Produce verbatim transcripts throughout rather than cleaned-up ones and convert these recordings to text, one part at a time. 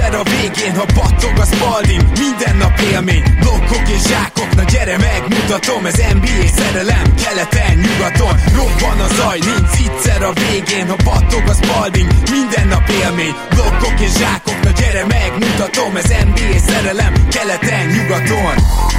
Nyer a végén, ha battog a Spalding. Minden nap élmény, blokkok és zsákok. Na gyere megmutatom, ez en bé á szerelem. Keleten, nyugaton, robban a zaj. Nincs viccer a végén, ha battog a Spalding. Minden nap élmény, blokkok és zsákok. Na gyere megmutatom, ez en bé á szerelem. Keleten, nyugaton.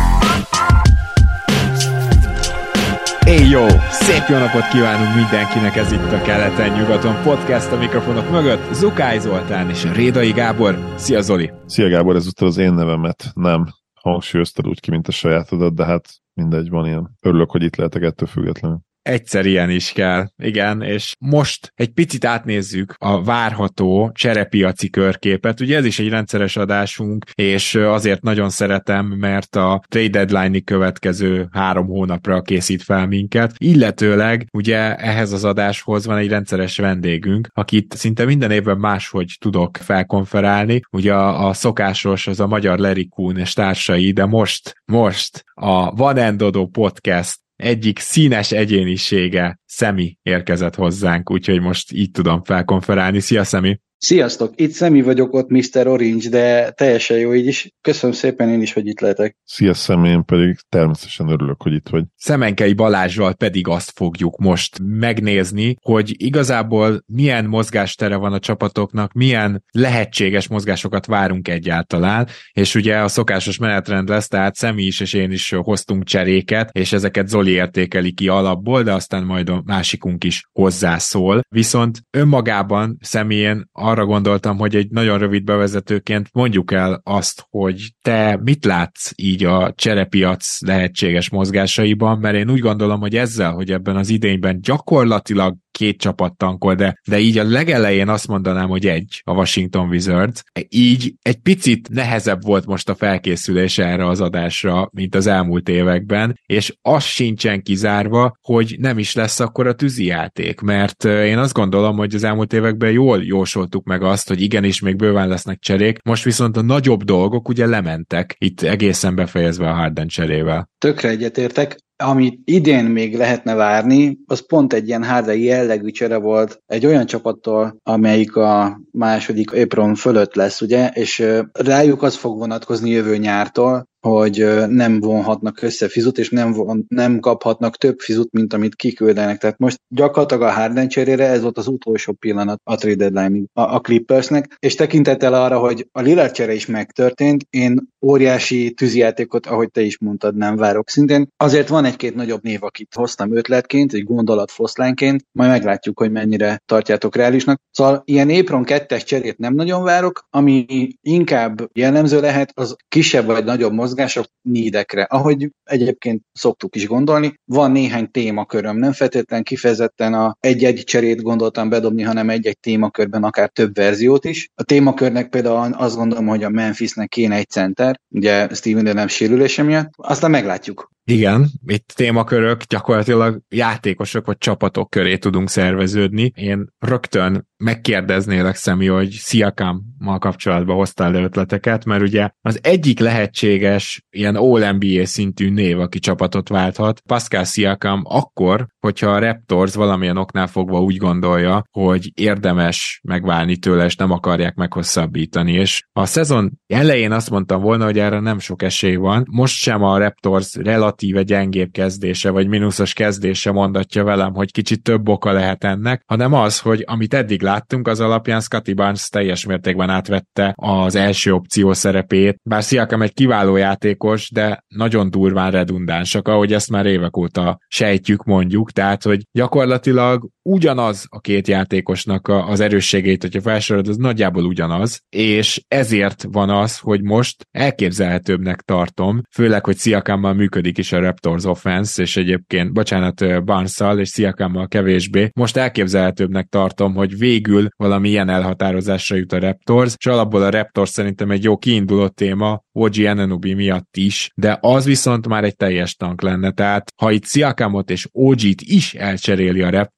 Éj jó! Szép jó napot kívánunk mindenkinek, ez itt a Keleten-nyugaton podcast a mikrofonok mögött. Zukály Zoltán és a Rédai Gábor. Szia Zoli! Szia Gábor, ezúttal az én nevemet nem hangsúlyoztad úgy ki, mint a sajátodat, de hát mindegy, van ilyen. Örülök, hogy itt lehetek ettől függetlenül. Egyszer ilyen is kell, igen, és most egy picit átnézzük a várható cserepiaci körképet. Ugye ez is egy rendszeres adásunk, és azért nagyon szeretem, mert a trade deadline-ig következő három hónapra készít fel minket. Illetőleg ugye ehhez az adáshoz van egy rendszeres vendégünk, akit szinte minden évben máshogy tudok felkonferálni. Ugye a, a szokásos, az a magyar Larry Kuhn és társai, de most, most a Van and Dodo podcast egyik színes egyénisége, Szemi érkezett hozzánk, úgyhogy most így tudom felkonferálni. Szia, Szemi! Sziasztok! Itt Szemi vagyok, ott miszter Orange, de teljesen jó így is. Köszönöm szépen én is, hogy itt lehetek. Szia, Szemi, én pedig természetesen örülök, hogy itt vagy. Szemenkei Balázsral pedig azt fogjuk most megnézni, hogy igazából milyen mozgástere van a csapatoknak, milyen lehetséges mozgásokat várunk egyáltalán, és ugye a szokásos menetrend lesz, tehát Szemi is és én is hoztunk cseréket, és ezeket Zoli értékeli ki alapból, de aztán majd a másikunk is hozzászól. Viszont önmagában Szemien arra gondoltam, hogy egy nagyon rövid bevezetőként mondjuk el azt, hogy te mit látsz így a cserepiac lehetséges mozgásaiban, mert én úgy gondolom, hogy ezzel, hogy ebben az idényben gyakorlatilag két csapat tankol, de, de így a legelején azt mondanám, hogy egy, a Washington Wizards, így egy picit nehezebb volt most a felkészülés erre az adásra, mint az elmúlt években, és az sincsen kizárva, hogy nem is lesz akkor a tűzijáték, mert én azt gondolom, hogy az elmúlt években jól jósoltuk meg azt, hogy igenis még bőven lesznek cserék, most viszont a nagyobb dolgok ugye lementek, itt egészen befejezve a Harden cserével. Tökre egyetértek. Amit idén még lehetne várni, az pont egy ilyen Harden jellegű csere volt egy olyan csapattól, amelyik a második apron fölött lesz, ugye, és rájuk az fog vonatkozni jövő nyártól, hogy nem vonhatnak össze fizut, és nem, von, nem kaphatnak több fizut, mint amit kiküldenek. Tehát most gyakorlatilag a Harden cserére ez volt az utolsó pillanat a trade deadline a, a Clippersnek, és tekintettel arra, hogy a Lillard csere is megtörtént, én óriási tűzijátékot, ahogy te is mondtad, nem várok szintén. Azért van egy-két nagyobb név, akit hoztam ötletként, egy gondolatfoszlánként, majd meglátjuk, hogy mennyire tartjátok reálisnak. Szóval ilyen apron kettes cserét nem nagyon várok, ami inkább jellemző lehet, az kisebb vagy nagyobb mozgások nídekre. Ahogy egyébként szoktuk is gondolni, van néhány témaköröm, nem feltétlenül kifejezetten a egy-egy cserét gondoltam bedobni, hanem egy-egy témakörben akár több verziót is. A témakörnek például azt gondolom, hogy a Memphisnek kéne egy center, ugye Steven Adams sérülése miatt, aztán meglátjuk. Igen, itt témakörök, gyakorlatilag játékosok vagy csapatok köré tudunk szerveződni. Én rögtön megkérdeznélek, Szemi, hogy Siakammal kapcsolatban hoztál le ötleteket, mert ugye az egyik lehetséges ilyen All-en bé á szintű név, aki csapatot válthat, Pascal Siakam akkor, hogyha a Raptors valamilyen oknál fogva úgy gondolja, hogy érdemes megválni tőle, és nem akarják meghosszabbítani. És a szezon elején azt mondtam volna, hogy erre nem sok esély van. Most sem a Raptors relatíve gyengébb kezdése, vagy mínuszos kezdése mondatja velem, hogy kicsit több oka lehet ennek, hanem az, hogy amit eddig láttunk, az alapján Scottie Barnes teljes mértékben átvette az első opció szerepét, bár Siakam egy kiváló játékos, de nagyon durván redundánsak, ahogy ezt már évek óta sejtjük, mondjuk, tehát, hogy gyakorlatilag ugyanaz a két játékosnak az erősségeit, hogyha felsorolod, az nagyjából ugyanaz, és ezért van az, hogy most elképzelhetőbbnek tartom, főleg, hogy Siakammal működik is a Raptors offense, és egyébként, bocsánat, Barnes-szal és Siakammal kevésbé, most elképzelhetőbbnek tartom, hogy végül valami ilyen elhatározásra jut a Raptors, és alapból a Raptors szerintem egy jó kiinduló téma, o gé Anunoby miatt is, de az viszont már egy teljes tank lenne, tehát ha itt Siakamot és o gét is elcseréli a Raptors,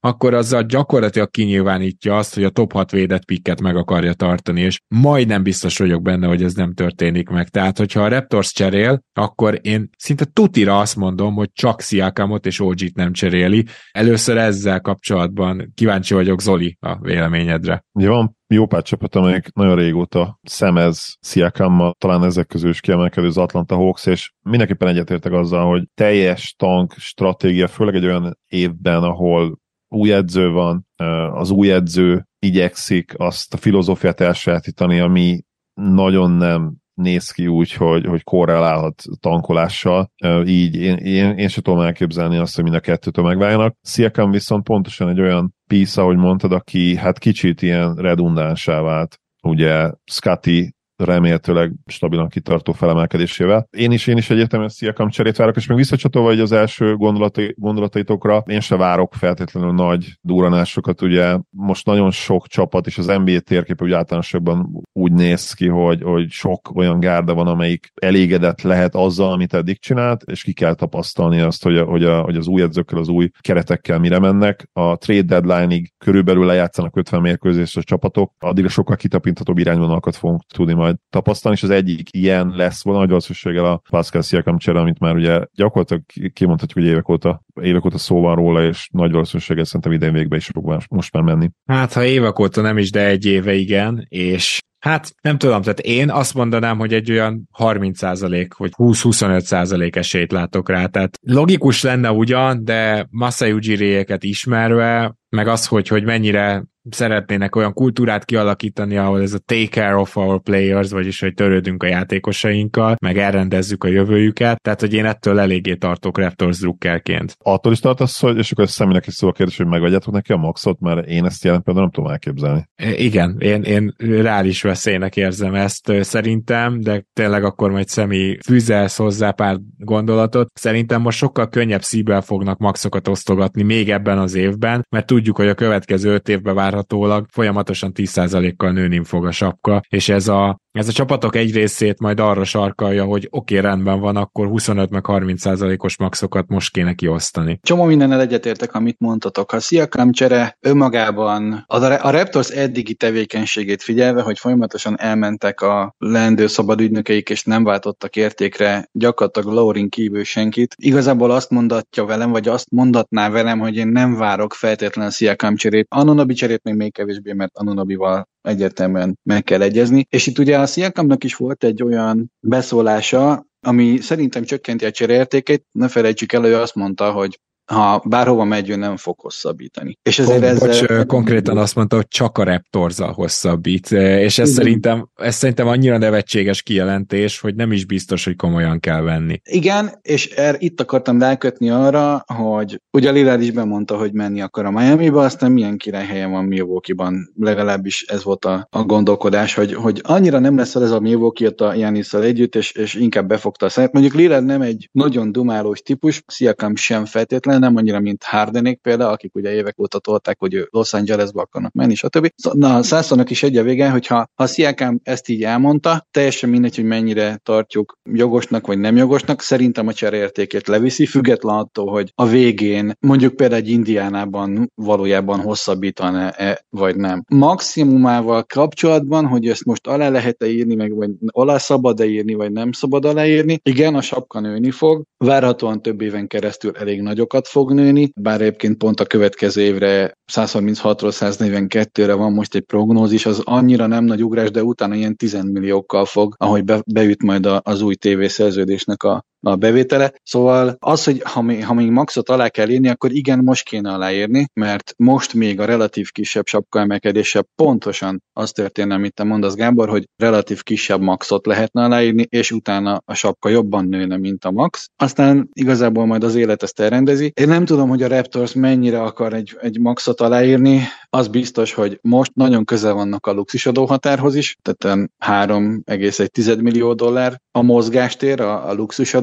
akkor azzal gyakorlatilag kinyilvánítja azt, hogy a top hat védett pikket meg akarja tartani, és majdnem biztos vagyok benne, hogy ez nem történik meg. Tehát, hogyha a Raptors cserél, akkor én szinte tutira azt mondom, hogy csak Siakamot és o gét nem cseréli. Először ezzel kapcsolatban kíváncsi vagyok, Zoli, a véleményedre. Ugye van jó pár csapat, amelyik nagyon régóta szemez Siakammal, talán ezek közül is kiemelkedő az Atlanta Hawks, és mindenképpen egyetértek azzal, hogy teljes tank stratégia, főleg egy olyan évben, ahol új edző van, az új edző igyekszik azt a filozófiát elsajátítani, ami nagyon nem néz ki úgy, hogy, hogy korrelálhat tankolással. Így én, én, én sem tudom elképzelni azt, hogy mind a kettőtől megváljanak. Siakam viszont pontosan egy olyan piece, ahogy mondtad, aki hát kicsit ilyen redundánsá vált. Ugye Scottie remélhetőleg stabilan kitartó felemelkedésével. Én is, én is egyértelműen Siakam cserét várok, és még visszacsatolva az első gondolatai, gondolataitokra, én se várok feltétlenül nagy duranásokat, ugye most nagyon sok csapat, és az en bé á térképe úgy általánosabban úgy néz ki, hogy, hogy sok olyan gárda van, amelyik elégedett lehet azzal, amit eddig csinált, és ki kell tapasztalni azt, hogy, a, hogy, a, hogy az új edzőkkel, az új keretekkel mire mennek. A trade deadline-ig körülbelül lejátszanak ötven mérkőzést a csapatok, addigra sokkal kitapinthatóbb irányvonalakat fogunk tudni majd tapasztalni, és az egyik ilyen lesz volna nagy valószínűséggel a Pascal Siakam csere, amit már ugye gyakorlatilag kimondhatjuk, hogy évek óta, évek óta szó van róla, és nagy valószínűséggel szerintem idén végbe is fog most már menni. Hát, ha évek óta nem is, de egy éve igen, és hát nem tudom, tehát én azt mondanám, hogy egy olyan harminc százalék vagy húsz-huszonöt százalék esélyt látok rá, tehát logikus lenne ugyan, de Masai Ujiri-éket ismerve, meg az, hogy, hogy mennyire szeretnének olyan kultúrát kialakítani, ahol ez a take care of our players, vagyis hogy törődünk a játékosainkkal, meg elrendezzük a jövőjüket, tehát hogy én ettől eléggé tartok Raptors drukkerként. Attól is tartasz, hogy, és akkor a Szeminek is szól a kérdés, hogy megadjátok neki a maxot, mert én ezt jelen például nem tudom elképzelni. Igen, én, én reális veszélynek érzem ezt szerintem, de tényleg akkor majd Szemi fűzelsz hozzá pár gondolatot. Szerintem most sokkal könnyebb szívvel fognak maxokat osztogatni még ebben az évben, mert tudjuk, hogy a következő öt évben várhatólag folyamatosan tíz százalékkal nőni fog a sapka, és ez a, ez a csapatok egy részét majd arra sarkalja, hogy oké, okay, rendben van, akkor huszonöt meg harminc százalékos maxokat most kéne kiosztani. Csomó mindennel egyetértek, amit mondtatok. Ha Siakam csere önmagában a Raptors eddigi tevékenységét figyelve, hogy folyamatosan elmentek a leendő szabad ügynökeik, és nem váltottak értékre gyakorlatilag Laurin kívül senkit. Igazából azt mondatja velem, vagy azt mondatná velem, hogy én nem várok feltétlenül Siakam cserét. Anunoby cserét még, még kevésbé, mert Anunobyval egyértelműen meg kell egyezni. És itt ugye a Siakamnak is volt egy olyan beszólása, ami szerintem csökkenti a csereértékét. Ne felejtsük el, ő azt mondta, hogy ha bárhova megy, ő nem fog hosszabbítani. És ezért Kon- ezzel... Bocs, konkrétan azt mondta, hogy csak a Raptorzzal hosszabbít, és ez szerintem, ez szerintem annyira nevetséges kijelentés, hogy nem is biztos, hogy komolyan kell venni. Igen, és er, itt akartam rákötni arra, hogy ugye Lillard is bemondta, hogy menni akar a Miami-ba, aztán milyen királyhelyen van Milwaukee-ban, legalábbis ez volt a, a gondolkodás, hogy, hogy annyira nem lesz ez a Milwaukee a Giannisszal együtt, és, és inkább befogta a száját. Mondjuk Lillard nem egy nagyon dumálós típus, Siakam sem feltétlenül, nem annyira, mint Hardenék például, akik ugye évek óta tolták, hogy Los Angelesbe akarnak menni, stb. Na, a százszornak is egy a vége, hogyha ha Siakam ezt így elmondta, teljesen mindegy, hogy mennyire tartjuk jogosnak vagy nem jogosnak, szerintem a csereértékét leviszi, független attól, hogy a végén mondjuk például egy Indiánában valójában hosszabbítana-e, vagy nem. Maximumával kapcsolatban, hogy ezt most alá lehet-e írni, meg vagy alá szabad-e írni, vagy nem szabad aláírni, igen, a sapka nőni fog, várhatóan több éven keresztül elég nagyokat fog nőni, bár egyébként pont a következő évre száz harminchatról száz negyvenkettőre van most egy prognózis, az annyira nem nagy ugrás, de utána ilyen tíz milliókkal fog, ahogy be, beüt majd a, az új tévészerződésnek a a bevétele. Szóval az, hogy ha még, ha még maxot alá kell írni, akkor igen, most kéne aláírni, mert most még a relatív kisebb sapka emelkedése pontosan az történne, amit te mondasz, Gábor, hogy relatív kisebb maxot lehetne aláírni, és utána a sapka jobban nőne, mint a max. Aztán igazából majd az élet ezt elrendezi. Én nem tudom, hogy a Raptors mennyire akar egy, egy maxot aláírni, az biztos, hogy most nagyon közel vannak a luxusadó határhoz is, tehát három egész egy millió dollár a mozgástér, a, a luxusadó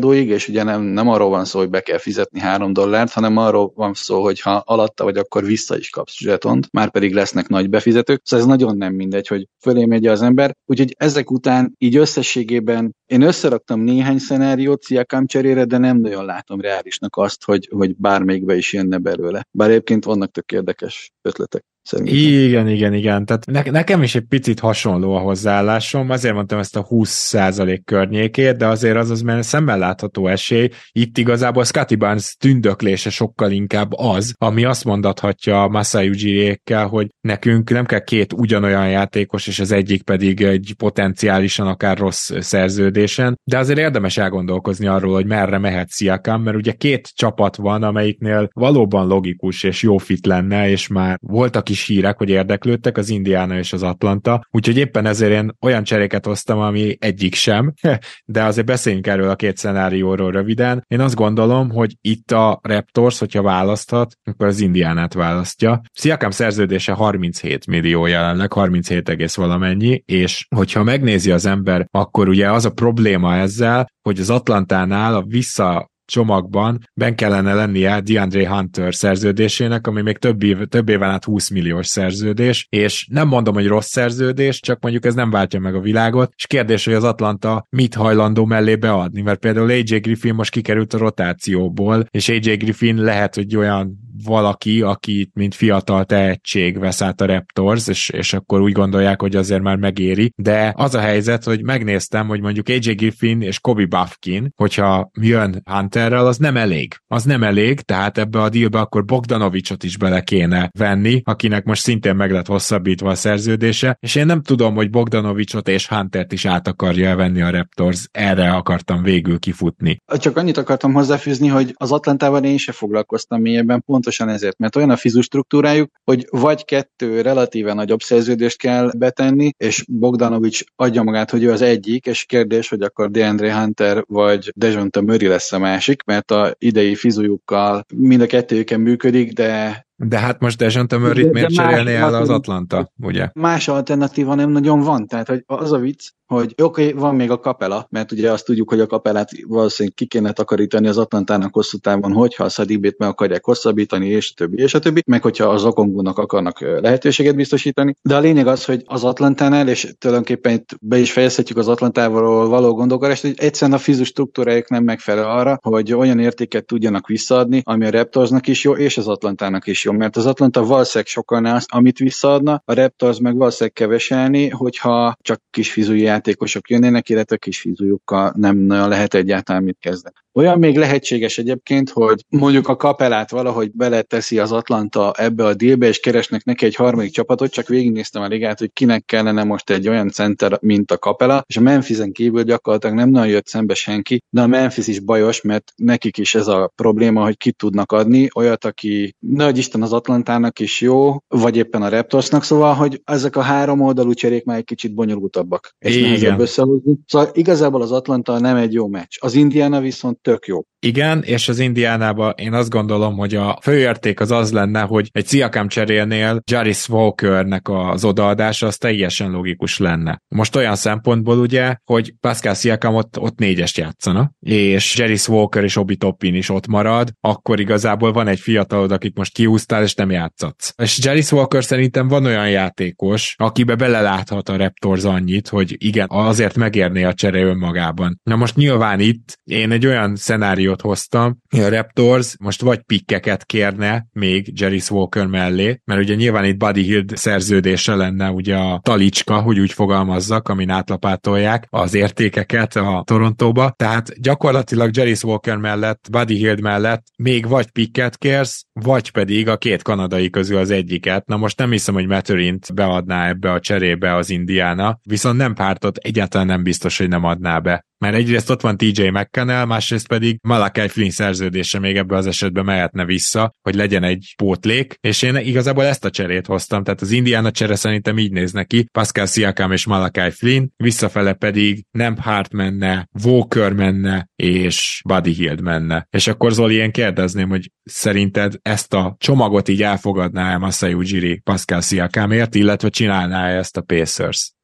eladóig, és ugye nem, nem arról van szó, hogy be kell fizetni három dollárt, hanem arról van szó, hogy ha alatta vagy, akkor vissza is kapsz zsetont, már pedig lesznek nagy befizetők, szóval ez nagyon nem mindegy, hogy fölé megy az ember, úgyhogy ezek után így összességében én összeraktam néhány szenáriót Siakam cserére, de nem nagyon látom reálisnak azt, hogy, hogy bármelyikbe is jönne belőle. Bár egyébként vannak tök érdekes ötletek. Szerintem. Igen, igen, igen. Tehát ne, nekem is egy picit hasonló a hozzáállásom, azért mondtam ezt a húsz százalék környékét, de azért az az, mert szemben látható esély. Itt igazából Scottie Barnes tündöklése sokkal inkább az, ami azt mondathatja Masai Ujiri-ékkel, hogy nekünk nem kell két ugyanolyan játékos, és az egyik pedig egy potenciálisan akár rossz szerződésen, de azért érdemes elgondolkozni arról, hogy merre mehet Siakam, mert ugye két csapat van, amelyiknél valóban logikus és jó fit lenne, és már voltak is hírek, hogy érdeklődtek, az Indiana és az Atlanta, úgyhogy éppen ezért én olyan cseréket hoztam, ami egyik sem, de azért beszéljünk erről a két szenárióról röviden. Én azt gondolom, hogy itt a Raptors, hogyha választhat, akkor az Indiánát választja. Siakam szerződése harminchét millió jelenleg, harminchét egész valamennyi, és hogyha megnézi az ember, akkor ugye az a probléma ezzel, hogy az Atlantánál a vissza csomagban ben kellene lennie DeAndre Hunter szerződésének, ami még több, év, több éven át húsz milliós szerződés, és nem mondom, hogy rossz szerződés, csak mondjuk ez nem váltja meg a világot, és kérdés, hogy az Atlanta mit hajlandó mellé beadni, mert például á jé Griffin most kikerült a rotációból, és á jé Griffin lehet, hogy olyan valaki, aki mint fiatal tehetség vesz át a Raptors, és, és akkor úgy gondolják, hogy azért már megéri, de az a helyzet, hogy megnéztem, hogy mondjuk á jé Griffin és Kobe Buffkin, hogyha jön Hunterrel, az nem elég. Az nem elég, tehát ebbe a dealbe akkor Bogdanovicsot is bele kéne venni, akinek most szintén meg lett hosszabbítva a szerződése, és én nem tudom, hogy Bogdanovicsot és Huntert is át akarja venni a Raptors, erre akartam végül kifutni. Csak annyit akartam hozzáfűzni, hogy az Atlantával én se foglalkoztam mélyebben, pontosan ezért, mert olyan a fizu struktúrájuk, hogy vagy kettő relatíve nagyobb szerződést kell betenni, és Bogdanovics adja magát, hogy ő az egyik, és kérdés, hogy akkor DeAndre Hunter vagy Dejounte Murray lesz a másik, mert a idei fizujukkal mind a kettőjüken működik, de De hát most Dejounte Murrayt miért cserélné el az Atlanta, ugye? Más alternatíva nem nagyon van, tehát hogy az a vicc, hogy oké, okay, van még a Capella, mert ugye azt tudjuk, hogy a Capellát valószínűleg ki kéne takarítani az Atlantának hosszú távon, hogyha a Sadibét meg akarják hosszabbítani, és a többi, és a többi, meg hogyha az Okongwunak akarnak lehetőséget biztosítani. De a lényeg az, hogy az Atlantánál, és tulajdonképpen itt be is fejezhetjük az Atlantával való gondolkodást, hogy egyszerűen a fizu struktúrájuk nem megfelel arra, hogy olyan értéket tudjanak visszaadni, ami a Raptorsnak is jó, és az Atlantának is jó, mert az Atlanta valószínűleg sokkal azt, amit visszaadna, a Raptors meg valószínűleg keveselni, hogyha csak kis fizúi játékosok jönnének, illetve kis fizújukkal nem nagyon lehet egyáltalán mit kezdeni. Olyan még lehetséges egyébként, hogy mondjuk a Capellát valahogy beleteszi az Atlanta ebbe a dealbe, és keresnek neki egy harmadik csapatot, csak végignéztem a ligát, hogy kinek kellene most egy olyan center, mint a Capella, és a Memphisen kívül gyakorlatilag nem nagyon jött szembe senki, de a Memphis is bajos, mert nekik is ez a probléma, hogy ki tudnak adni, olyat, aki nagy Isten az Atlantának is jó, vagy éppen a Raptorsnak, szóval, hogy ezek a három oldalú cserék már egy kicsit bonyolultabbak. És nehezebb összehozni. Szóval igazából az Atlanta nem egy jó meccs. Az Indiana viszont tök jó. Igen, és az Indiánában én azt gondolom, hogy a főérték az az lenne, hogy egy Siakam cserélnél Jarvis Walkernek az odaadása az teljesen logikus lenne. Most olyan szempontból ugye, hogy Pascal Siakam ott, ott négyest játszana, és Jarvis Walker és Obi Toppin is ott marad, akkor igazából van egy fiatalod, akit most kihúztál, és nem játszatsz. És Jarvis Walker szerintem van olyan játékos, akibe beleláthat a Raptors annyit, hogy igen, azért megérné a csere önmagában. Na most nyilván itt én egy olyan szenáriót hoztam, hogy a Raptors most vagy pikkeket kérne még Jarvis Walker mellé, mert ugye nyilván itt Buddy Hield szerződése lenne ugye a talicska, hogy úgy fogalmazzak, amin átlapátolják az értékeket a Torontóba, tehát gyakorlatilag Jarvis Walker mellett, Buddy Hield mellett még vagy pikket kérsz, vagy pedig a két kanadai közül az egyiket. Na most nem hiszem, hogy Mathurin-t beadná ebbe a cserébe az Indiana, viszont nem pártot egyáltalán nem biztos, hogy nem adná be. Mert egyrészt ott van té jé McConnell, másrészt pedig Malachi Flynn szerződése még ebbe az esetben mehetne vissza, hogy legyen egy pótlék, és én igazából ezt a cserét hoztam, tehát az Indiana csere szerintem így néz neki, Pascal Siakam és Malachi Flynn, visszafele pedig nem Hart menne, Walker menne, és Buddy Hield menne. És akkor Zoli, én kérdezném, hogy szerinted ezt a csomagot így elfogadná-e Masai Ujiri Pascal Siakamért, illetve csinálná-e ezt a Pacers?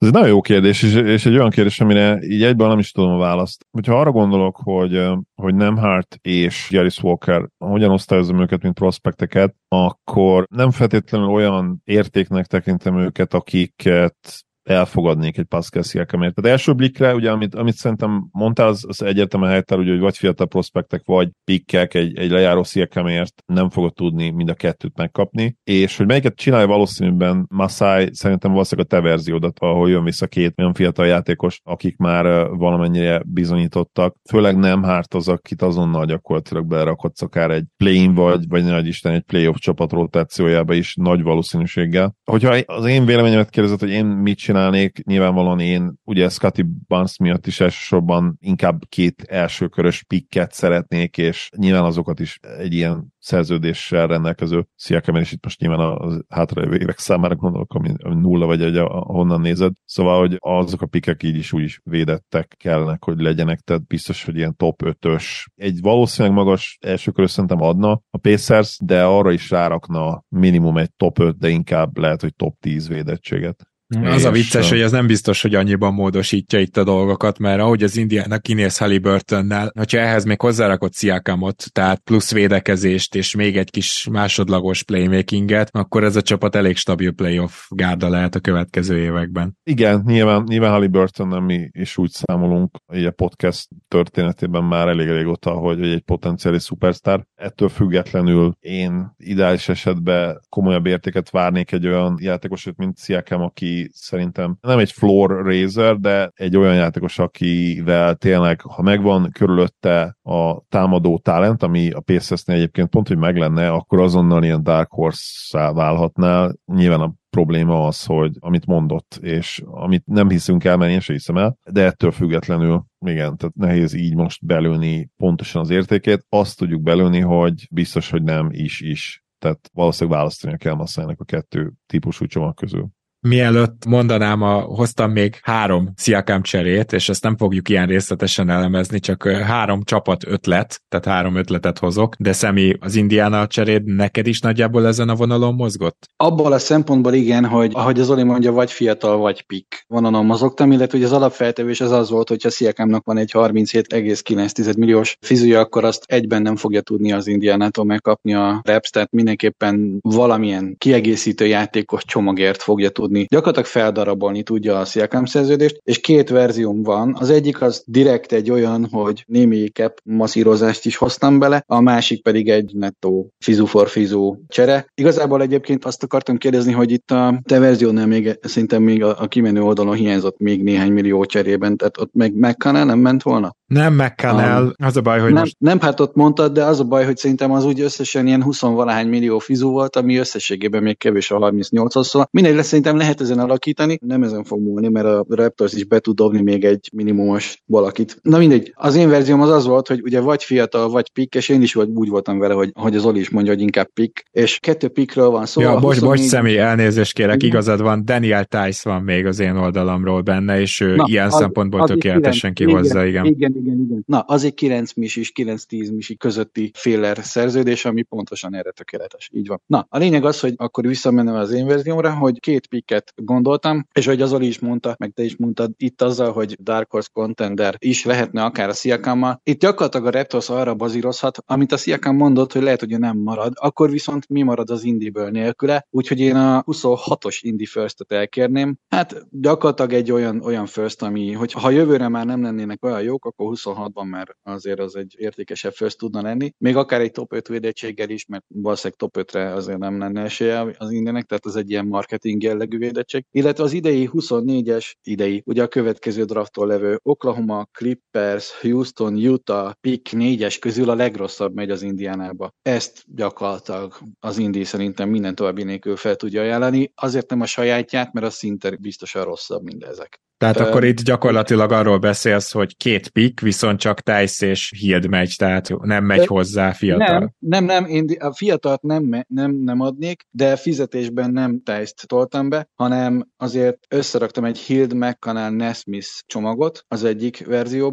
Ez egy nagyon jó kérdés, és, és egy olyan kérdés, amire így egyben nem is tudom a választ. Hogyha arra gondolok, hogy, hogy Nemhart és Jarius Walker hogyan osztályozom őket, mint prospekteket, akkor nem feltétlenül olyan értéknek tekintem őket, akiket elfogadnék egy Pascal Siakamért. Tehát első blikre, ugye, amit, amit szerintem mondtál, az, az egyértelműen helytáll, ugye, hogy vagy fiatal prospektek, vagy pikkek egy, egy lejáró Siakamért nem fogod tudni mind a kettőt megkapni, és hogy melyiket csinálja valószínűben Masai, szerintem valószínűleg a te verziódat, ahol jön vissza két olyan fiatal játékos, akik már valamennyire bizonyítottak. Főleg nem hárt az, akit azonnal gyakorlatilag belerakhatsz akár egy play-in, vagy, vagy nagy Isten egy playoff csapat rotációjába is nagy valószínűséggel. Hogyha az én véleményemet kérdezett, hogy én mit csinálnék, nyilvánvalóan én ugye Scotty Barnes miatt is elsősorban inkább két elsőkörös pikket szeretnék, és nyilván azokat is egy ilyen szerződéssel rendelkező Siakamen, és itt most nyilván a hátralévő évek számára gondolok, ami, ami nulla vagy egy, ahonnan nézed. Szóval, hogy azok a pikkek így is úgy is védettek kellnek, hogy legyenek, tehát biztos, hogy ilyen top ötös. Egy valószínűleg magas elsőkörös szerintem adna a Pacers, de arra is rárakna minimum egy top öt, de inkább lehet, hogy top tíz védettséget. Az a vicces, hogy ez nem biztos, hogy annyiban módosítja itt a dolgokat, mert ahogy az Indiának kinéz Haliburtonnel, hogyha ehhez még hozzárakott Siakamot, tehát plusz védekezést és még egy kis másodlagos playmakinget, akkor ez a csapat elég stabil playoff gárda lehet a következő években. Igen, nyilván, nyilván Haliburtonnal mi is úgy számolunk így a podcast történetében már elég régóta, hogy egy potenciális szupersztár. Ettől függetlenül én ideális esetben komolyabb értéket várnék egy olyan játékosot, mint Siakam, aki szerintem nem egy floor raiser, de egy olyan játékos, akivel tényleg, ha megvan körülötte a támadó talent, ami a Pacersnél egyébként pont, hogy meg lenne, akkor azonnal ilyen Dark Horse-szá válhatnál. Nyilván a probléma az, hogy amit mondott, és amit nem hiszünk el, mert én sem hiszem el, de ettől függetlenül igen, tehát nehéz így most belőni pontosan az értékét. Azt tudjuk belőni, hogy biztos, hogy nem is-is. Tehát valószínűleg választani kell Massának a kettő típusú csomag közül. Mielőtt mondanám, a, hoztam még három Siakam cserét, és ezt nem fogjuk ilyen részletesen elemezni, csak három csapat ötlet, tehát három ötletet hozok, de Szemi, az Indiana cseréd neked is nagyjából ezen a vonalon mozgott? Abból a szempontból igen, hogy ahogy az Oli mondja, vagy fiatal, vagy pick vonalon mozogtam, illetve hogy az alapfeltevés az az volt, hogyha Siakamnak van egy harminchét egész kilenc milliós fizúja, akkor azt egyben nem fogja tudni az Indiánától megkapni a Raps, tehát mindenképpen valamilyen kiegészítő játékos csomagért fogja tudni gyakorlatilag feldarabolni tudja a Siakam szerződést, és két verzióm van. Az egyik az direkt egy olyan, hogy némi cap masszírozást is hoztam bele, a másik pedig egy nettó fizu for fizu csere. Igazából egyébként azt akartam kérdezni, hogy itt a te verziónál még szerintem még a, a kimenő oldalon hiányzott még néhány millió cserében, tehát ott meg McConnell nem ment volna? Nem McConnell, um, az a baj, hogy nem, most... Nem, hát ott mondtad, de az a baj, hogy szerintem az úgy összesen ilyen húsz-valahány millió fizu volt, ami összességében még kevés a harmincnyolchoz, szóval mindegy lesz, szerintem lehet ezen alakítani, nem ezen fog múlni, mert a Raptors is be tud dobni még egy minimumos valakit. Na mindegy, az én verzióm az az volt, hogy ugye vagy fiatal, vagy pick, és én is úgy voltam vele, hogy, hogy az Oli is mondja, hogy inkább pick, és kettő pickről van szó. Ja, bocs, huszonnégy... bocs, Szemi, elnézést kérek, igazad van, Daniel Tice van még az én oldalamról benne, és ő Na, ilyen az, szempontból az tökéletesen kihozza, igen. Igen, igen, igen. Na, az egy kilenc misi, kilenc-tíz misi közötti féler szerződés, ami pontosan erre tökéletes. Így van. Na, a lényeg az, hogy akkor visszamenem az én verziómra, hogy két picket gondoltam, és hogy az Oli is mondta, meg te is mondtad itt azzal, hogy Dark Horse Contender is lehetne akár a Siakammal. Itt gyakorlatilag a Raptors arra bazírozhat, amit a Siakam mondott, hogy lehet, hogy nem marad, akkor viszont mi marad az Indiből nélküle, úgyhogy én a huszonhatos Indi First-et elkérném. Hát gyakorlatilag egy olyan, olyan first, ami, hogy ha jövőre már nem lennének olyan jók, akkor huszonhatban már azért az egy értékesebb first tudna lenni. Még akár egy top öt védettséggel is, mert valószínűleg top ötre azért nem lenne esélye az Indinek, tehát az egy ilyen marketing jellegű védettség. Illetve az idei huszonnégyes idei, ugye a következő drafttól levő Oklahoma, Clippers, Houston, Utah pick négyes közül a legrosszabb megy az Indiánába. Ezt gyakorlatilag az Indi szerintem minden további nélkül fel tudja ajánlani. Azért nem a sajátját, mert az szinte biztosan rosszabb mindezek. Tehát um, akkor itt gyakorlatilag arról beszélsz, hogy két pick, viszont csak Tice és Hield megy, tehát nem megy hozzá fiatal. Nem, nem, nem, én a fiatalt nem, nem, nem adnék, de fizetésben nem Tice-t toltam be, hanem azért összeraktam egy Hield, McConnell, Nesmith csomagot az egyik verzióban,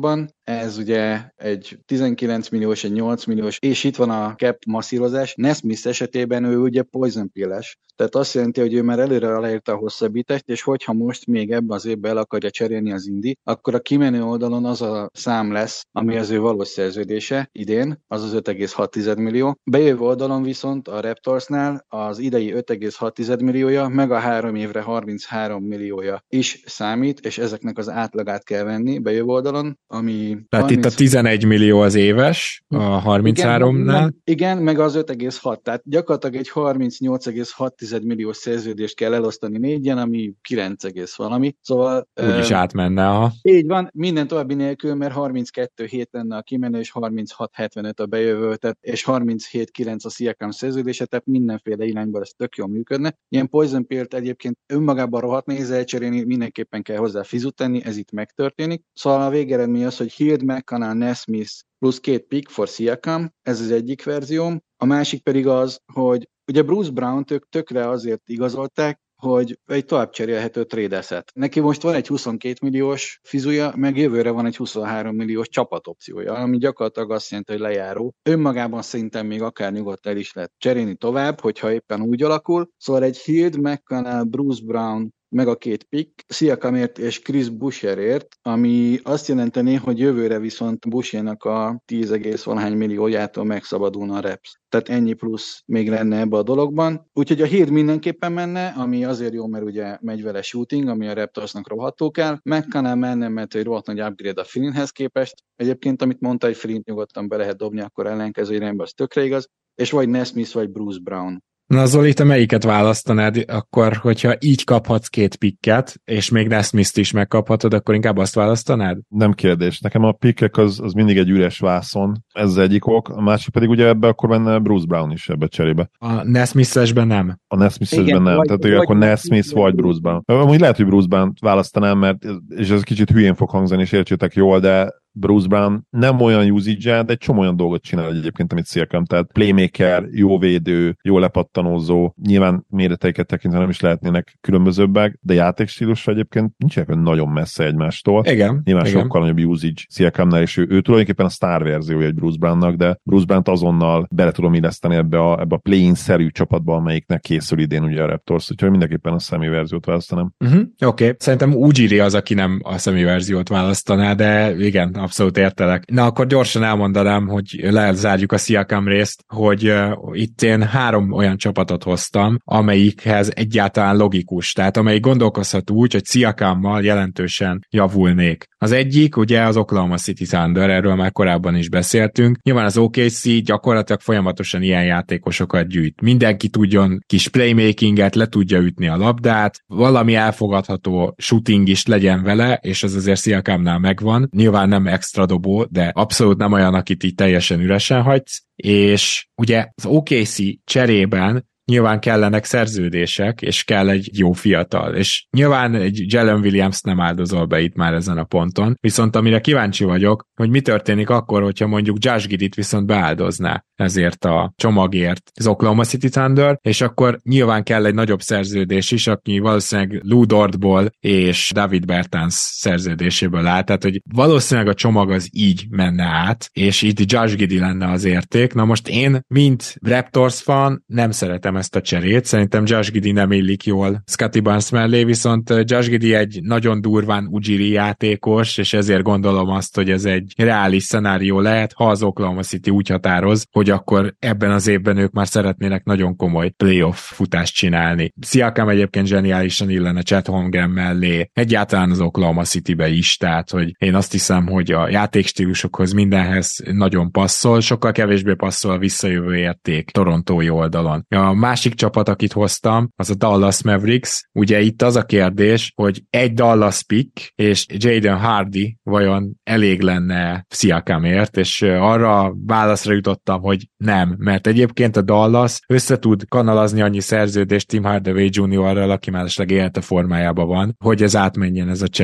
ez ugye egy tizenkilenc milliós, egy nyolc milliós, és itt van a cap masszírozás. Nesmith esetében ő ugye poison pill-es, tehát azt jelenti, hogy ő már előre aláírta a hosszabbítást, és hogyha most még ebben az évben el akarja cserélni az Indi, akkor a kimenő oldalon az a szám lesz, ami az ő valós szerződése idén, az az öt egész hat millió. Bejövő oldalon viszont a Raptorsnál az idei öt egész hat milliója, meg a három évre harminchárom milliója is számít, és ezeknek az átlagát kell venni bejövő oldalon, ami... Tehát harminc... itt a tizenegy millió az éves, a harmincháromnál. Igen, igen, meg az öt egész hat, tehát gyakorlatilag egy harmincnyolc egész hat milliós szerződést kell elosztani négyen, ami kilenc egész valami. Szóval... Úgyis um, átmenne, ha... Így van, minden további nélkül, mert harminckettő hét lenne a kimenő, és harminchat hetvenöt a bejövő, tehát, és harminchét kilenc a Siakam szerződése, tehát mindenféle irányban ez tök jól működne. Ilyen poison pill-t egyébként önmagában rohadt nehéz elcserélni, mindenképpen kell hozzá fizut tenni, ez itt megtörténik. Szóval a végeredmény az, hogy Hield, McConnell, Nesmith plusz két pick for Siakam, ez az egyik verzióm. A másik pedig az, hogy ugye Bruce Brown-t ők tökre azért igazolták, hogy egy tovább cserélhető trade-eszet. Neki most van egy huszonkét milliós fizuja, meg jövőre van egy huszonhárom milliós csapatopciója, ami gyakorlatilag azt jelenti, hogy lejáró. Önmagában szerintem még akár nyugodtan el is lehet cserélni tovább, hogyha éppen úgy alakul. Szóval egy Hield, McConnell, Bruce Brown, meg a két pick, Siakamért és Chris Boucherért, ami azt jelenteni, hogy jövőre viszont Bouchernak a tíz egész valahány milliójától megszabadulna a Raps. Tehát ennyi plusz még lenne ebbe a dologban. Úgyhogy a Hield mindenképpen menne, ami azért jó, mert ugye megy vele shooting, ami a Raptorsnak rohadtó kell. McConnell menne, mert egy rohadt nagy upgrade a Flinthez képest. Egyébként, amit mondta, hogy Flint nyugodtan be lehet dobni, akkor ellenkező irányba, az tökre igaz. És vagy Nesmith, vagy Bruce Brown. Na Zoli, te melyiket választanád, akkor, hogyha így kaphatsz két picket, és még Nesmith-t is megkaphatod, akkor inkább azt választanád? Nem kérdés. Nekem a pickek az, az mindig egy üres vászon, ez az egyik ok, a másik pedig ugye ebbe akkor benne Bruce Brown is ebbe cserébe. A Nesmith-esben nem? A Nesmith-esben nem, vagy, tehát vagy, akkor Nesmith vagy Bruce Brown. Amúgy lehet, hogy Bruce Brown-t választanám, mert, és ez kicsit hülyén fog hangzani, és értsétek jól, de Bruce Brown nem olyan usage, de egy csomó olyan dolgot csinál egyébként, amit Siakam, tehát playmaker, jó védő, jó lepattanózó, nyilván méreteiket tekintve nem is lehetnének különbözőbbek, de játékstílusra egyébként nincsenek nagyon messze egymástól. Igen. Nyilván igen. sokkal nagyobb usage Siakamnál, és ő, ő tulajdonképpen a sztár verziója egy Bruce Brownnak, de Bruce Brown-t azonnal bele tudom illeszteni ebbe a, ebbe a play-in-szerű csapatba, amelyiknek készül idén ugye a Raptors, úgyhogy mindenképpen a személy verziót választanám. Uh-huh. Oké, okay. Szerintem Ujiri az, aki nem a személy verziót választaná, de igen, abszolút értelek. Na akkor gyorsan elmondanám, hogy lezárjuk a Siakam részt, hogy uh, itt én három olyan csapatot hoztam, amelyikhez egyáltalán logikus, tehát amelyik gondolkozhat úgy, hogy Siakammal jelentősen javulnék. Az egyik ugye az Oklahoma City Thunder, erről már korábban is beszéltünk. Nyilván az o ká cé gyakorlatilag folyamatosan ilyen játékosokat gyűjt. Mindenki tudjon kis playmakinget, le tudja ütni a labdát, valami elfogadható shooting is legyen vele, és ez azért Siakamnál megvan. Nyilván nem extra dobó, de abszolút nem olyan, akit így teljesen üresen hagysz. És ugye az o ká cé cserében nyilván kellenek szerződések, és kell egy jó fiatal. És nyilván egy Jalen Williams nem áldozol be itt már ezen a ponton. Viszont amire kíváncsi vagyok, hogy mi történik akkor, hogyha mondjuk Josh Giddeyt viszont beáldozná ezért a csomagért az Oklahoma City Thunder, és akkor nyilván kell egy nagyobb szerződés is, aki valószínűleg Lou Dortból és David Bertans szerződéséből áll. Tehát, hogy valószínűleg a csomag az így menne át, és itt Josh Giddey lenne az érték. Na most én, mint Raptors fan, nem szeretem ezt a cserét. Szerintem Josh Giddey nem illik jól Scottie Barnes mellé, viszont Josh Giddey egy nagyon durván Ujiri játékos, és ezért gondolom azt, hogy ez egy reális szenárió lehet, ha az Oklahoma City úgy határoz, hogy akkor ebben az évben ők már szeretnének nagyon komoly playoff futást csinálni. Siakam egyébként zseniálisan illene Chet Holmgren mellé, egyáltalán az Oklahoma Citybe is, tehát hogy én azt hiszem, hogy a játékstílusokhoz mindenhez nagyon passzol, sokkal kevésbé passzol a visszajövő érték torontói oldalon. A másik csapat, akit hoztam, az a Dallas Mavericks. Ugye itt az a kérdés, hogy egy Dallas pick és Jaden Hardy vajon elég lenne Siakamért, és arra válaszra jutottam, hogy nem, mert egyébként a Dallas össze tud kanalazni annyi szerződést Tim Hardaway juniorral, aki mellesleg élete formájában van, hogy ez átmenjen ez a csere.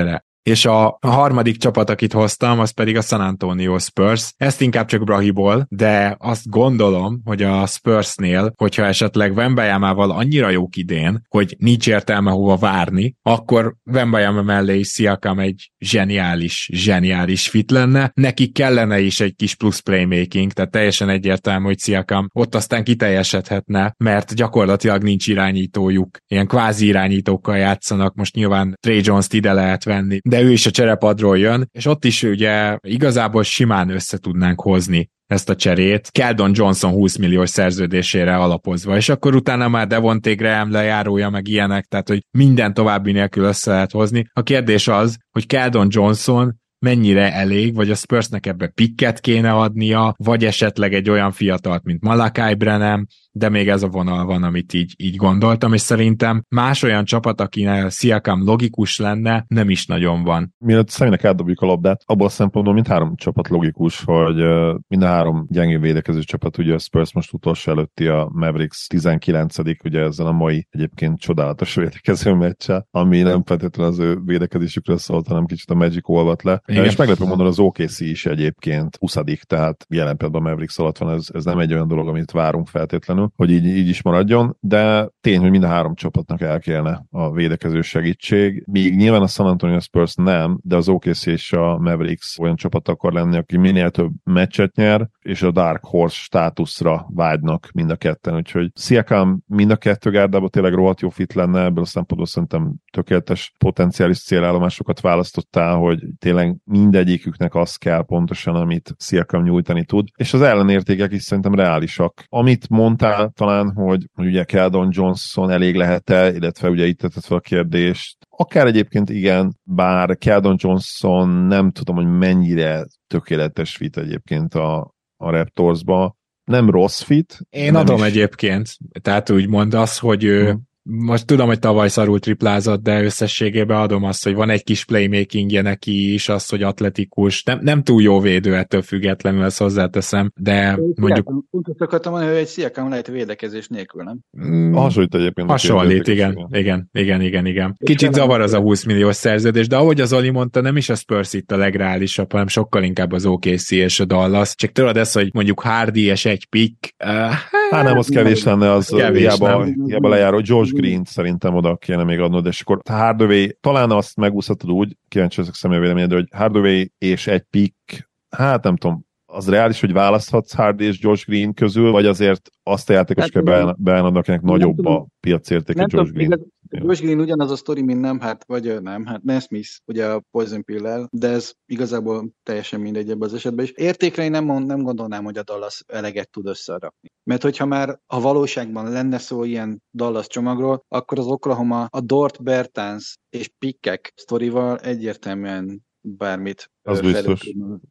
És a, a harmadik csapat, akit hoztam, az pedig a San Antonio Spurs. Ezt inkább csak Brahiból, de azt gondolom, hogy a Spursnél, hogyha esetleg Wembanyamával annyira jók idén, hogy nincs értelme hova várni, akkor Wembanyama mellé is Siakam egy zseniális, zseniális fit lenne. Nekik kellene is egy kis plusz playmaking, tehát teljesen egyértelmű, hogy Siakam ott aztán kiteljesedhetne, mert gyakorlatilag nincs irányítójuk. Ilyen kvázi irányítókkal játszanak, most nyilván Trey Jones-t ide lehet venni, de ő is a cserepadról jön, és ott is ugye igazából simán össze tudnánk hozni ezt a cserét, Keldon Johnson húsz milliós szerződésére alapozva, és akkor utána már Devontae Graham lejárója, meg ilyenek, tehát hogy minden további nélkül össze lehet hozni. A kérdés az, hogy Keldon Johnson mennyire elég, vagy a Spursnek ebbe pikket kéne adnia, vagy esetleg egy olyan fiatalt, mint Malachi Branham, de még ez a vonal van, amit így, így gondoltam, és szerintem más olyan csapat, akinek Siakam logikus lenne, nem is nagyon van. Mielőtt Szeminek átdobjuk a labdát, abban a szempontból mind három csapat logikus, hogy uh, mind a három gyengén védekező csapat, ugye a Spurs most utolsó előtti a Mavericks tizenkilencedik ugye ezzel a mai egyébként csodálatos védekező meccsel, ami nem feltétlenül az ő védekezésükről szólt, hanem kicsit a Magic olvat le. Igen. És meglepő mondani, az o ká cé is egyébként huszadik, tehát jelen pillanatban a Mavericks alatt van, ez, ez nem egy olyan dolog, amit várunk feltétlenül, hogy így, így is maradjon, de tény, hogy mind a három csapatnak elkérne a védekező segítség. Míg nyilván a San Antonio Spurs nem, de az o ká cé és a Mavericks olyan csapat akar lenni, aki minél több meccset nyer, és a Dark Horse státuszra vágynak mind a ketten, úgyhogy Siakam mind a kettő gárdában tényleg rohadt jó fit lenne, ebből a szempontból szerintem tökéletes potenciális célállomásokat választottál, hogy tényleg mindegyiküknek az kell pontosan, amit Siakam nyújtani tud, és az ellenértékek is szerintem reálisak. Amit mondtál talán, hogy, hogy ugye Keldon Johnson elég lehet-e, illetve ugye itt tetted fel a kérdést, akár egyébként igen, bár Keldon Johnson nem tudom, hogy mennyire tökéletes fit egyébként a, a Raptorsba. Nem rossz fit. Én adom is. Egyébként. Tehát úgy mondd az, hogy ő hmm. most tudom, hogy tavaly szarul triplázott, de összességében adom azt, hogy van egy kis playmakingje neki is, az, hogy atletikus, nem, nem túl jó védő ettől függetlenül, ezt hozzáteszem, de én mondjuk... Úgy akartam mondani, hogy egy Siakam lehet védekezés nélkül, nem? Mm, hasonlít egyébként. Hasonlít, igen, igen, igen, igen, igen. Kicsit zavar az a húsz milliós szerződés, de ahogy az Oli mondta, nem is a Spurs itt a legreálisabb, hanem sokkal inkább az o ká cé és a Dallas. Csak tudod ezt, hogy mondjuk Hardy és egy pick... Uh, hát nem, az kevés lenne, az kevés, hiába, hiába lejáró. Josh Green szerintem oda kéne még adnod, és akkor Hardaway, talán azt megúszhatod úgy, kíváncsi ezek személy véleményedre, hogy Hardaway és egy pick, hát nem tudom, az reális, hogy választhatsz Hardy és Josh Green közül, vagy azért azt a játékos kell beállnod, akinek nagyobb a piacértéke Josh Green. Josh Green ugyanaz a sztori, mint nem, hát vagy nem, hát Nesmith, ugye a Poison Pill-el, de ez igazából teljesen mindegy ebben az esetben is. Értékre én nem, nem gondolnám, hogy a Dallas eleget tud összerakni. Mert hogyha már a valóságban lenne szó ilyen Dallas csomagról, akkor az Oklahoma a Dort, Bertans és Pickek sztorival egyértelműen bármit. Az biztos.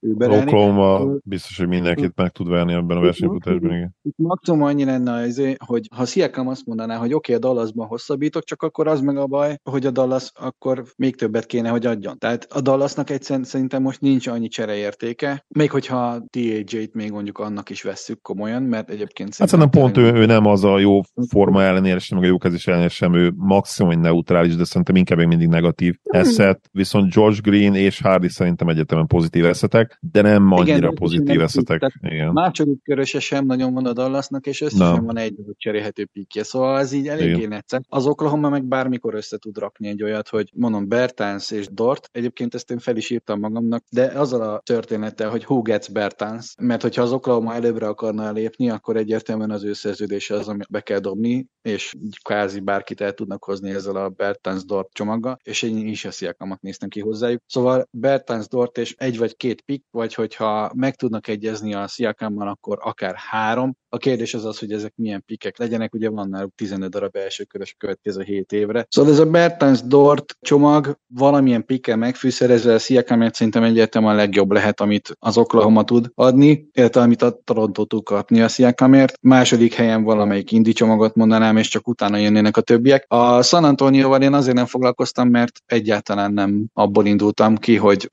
Oklahoma biztos, hogy mindenkit meg tud verni ebben a versenyfutásban. Igen. Itt maximum annyi lenne azért, hogy ha Siakam azt mondaná, hogy oké, okay, a Dallasban hosszabbítok, csak akkor az meg a baj, hogy a Dallas akkor még többet kéne, hogy adjon. Tehát a Dallasnak egyszerűen szerintem most nincs annyi csereértéke, még hogyha té á jé-t még mondjuk annak is vesszük komolyan, mert egyébként hát szerintem pont ő, ő nem az a jó forma ellenére sem, meg a jó kezés ellenére sem, ő maximum egy neutrális, de szerintem inkább még mindig negatív asset, viszont Josh Green és Hardy szerintem egyetemen pozitív eszetek, de nem annyira igen, pozitív eszetek. Második köröse sem nagyon van a Dallasnak, és összesen no. van egy cserélhető pikje, szóval ez így eléggé necces. Az Oklahoma meg bármikor össze tud rakni egy olyat, hogy mondom Bertans és Dort, egyébként ezt én fel is írtam magamnak, de azzal a történettel, hogy who gets Bertans, mert hogyha az Oklahoma előbbre akarna lépni, akkor egyértelműen az ő szerződése az, amit be kell dobni, és kvázi bárkit el tudnak hozni ezzel a Bertans-Dort csomaggal, és én is a Siakamat néztem ki hozzájuk. Szóval Bertans-Dort és egy vagy két pick, vagy hogyha meg tudnak egyezni a Siakammal, akkor akár három. A kérdés az az, hogy ezek milyen pikkek legyenek, ugye van náluk tizenöt darab elsőkörös következő hét évre. Szóval ez a Bertans-Dort csomag valamilyen pikkel megfűszerezve, a Siakamért szerintem egyértelműen a legjobb lehet, amit az Oklahoma tud adni, illetve amit a Toronto tud kapni a Siakamért. Második helyen valamelyik indi csomagot mondanám, és csak utána jönnének a többiek. A San Antonioval én azért nem foglalkoztam, mert egyáltalán nem abból indultam ki, hogy ők most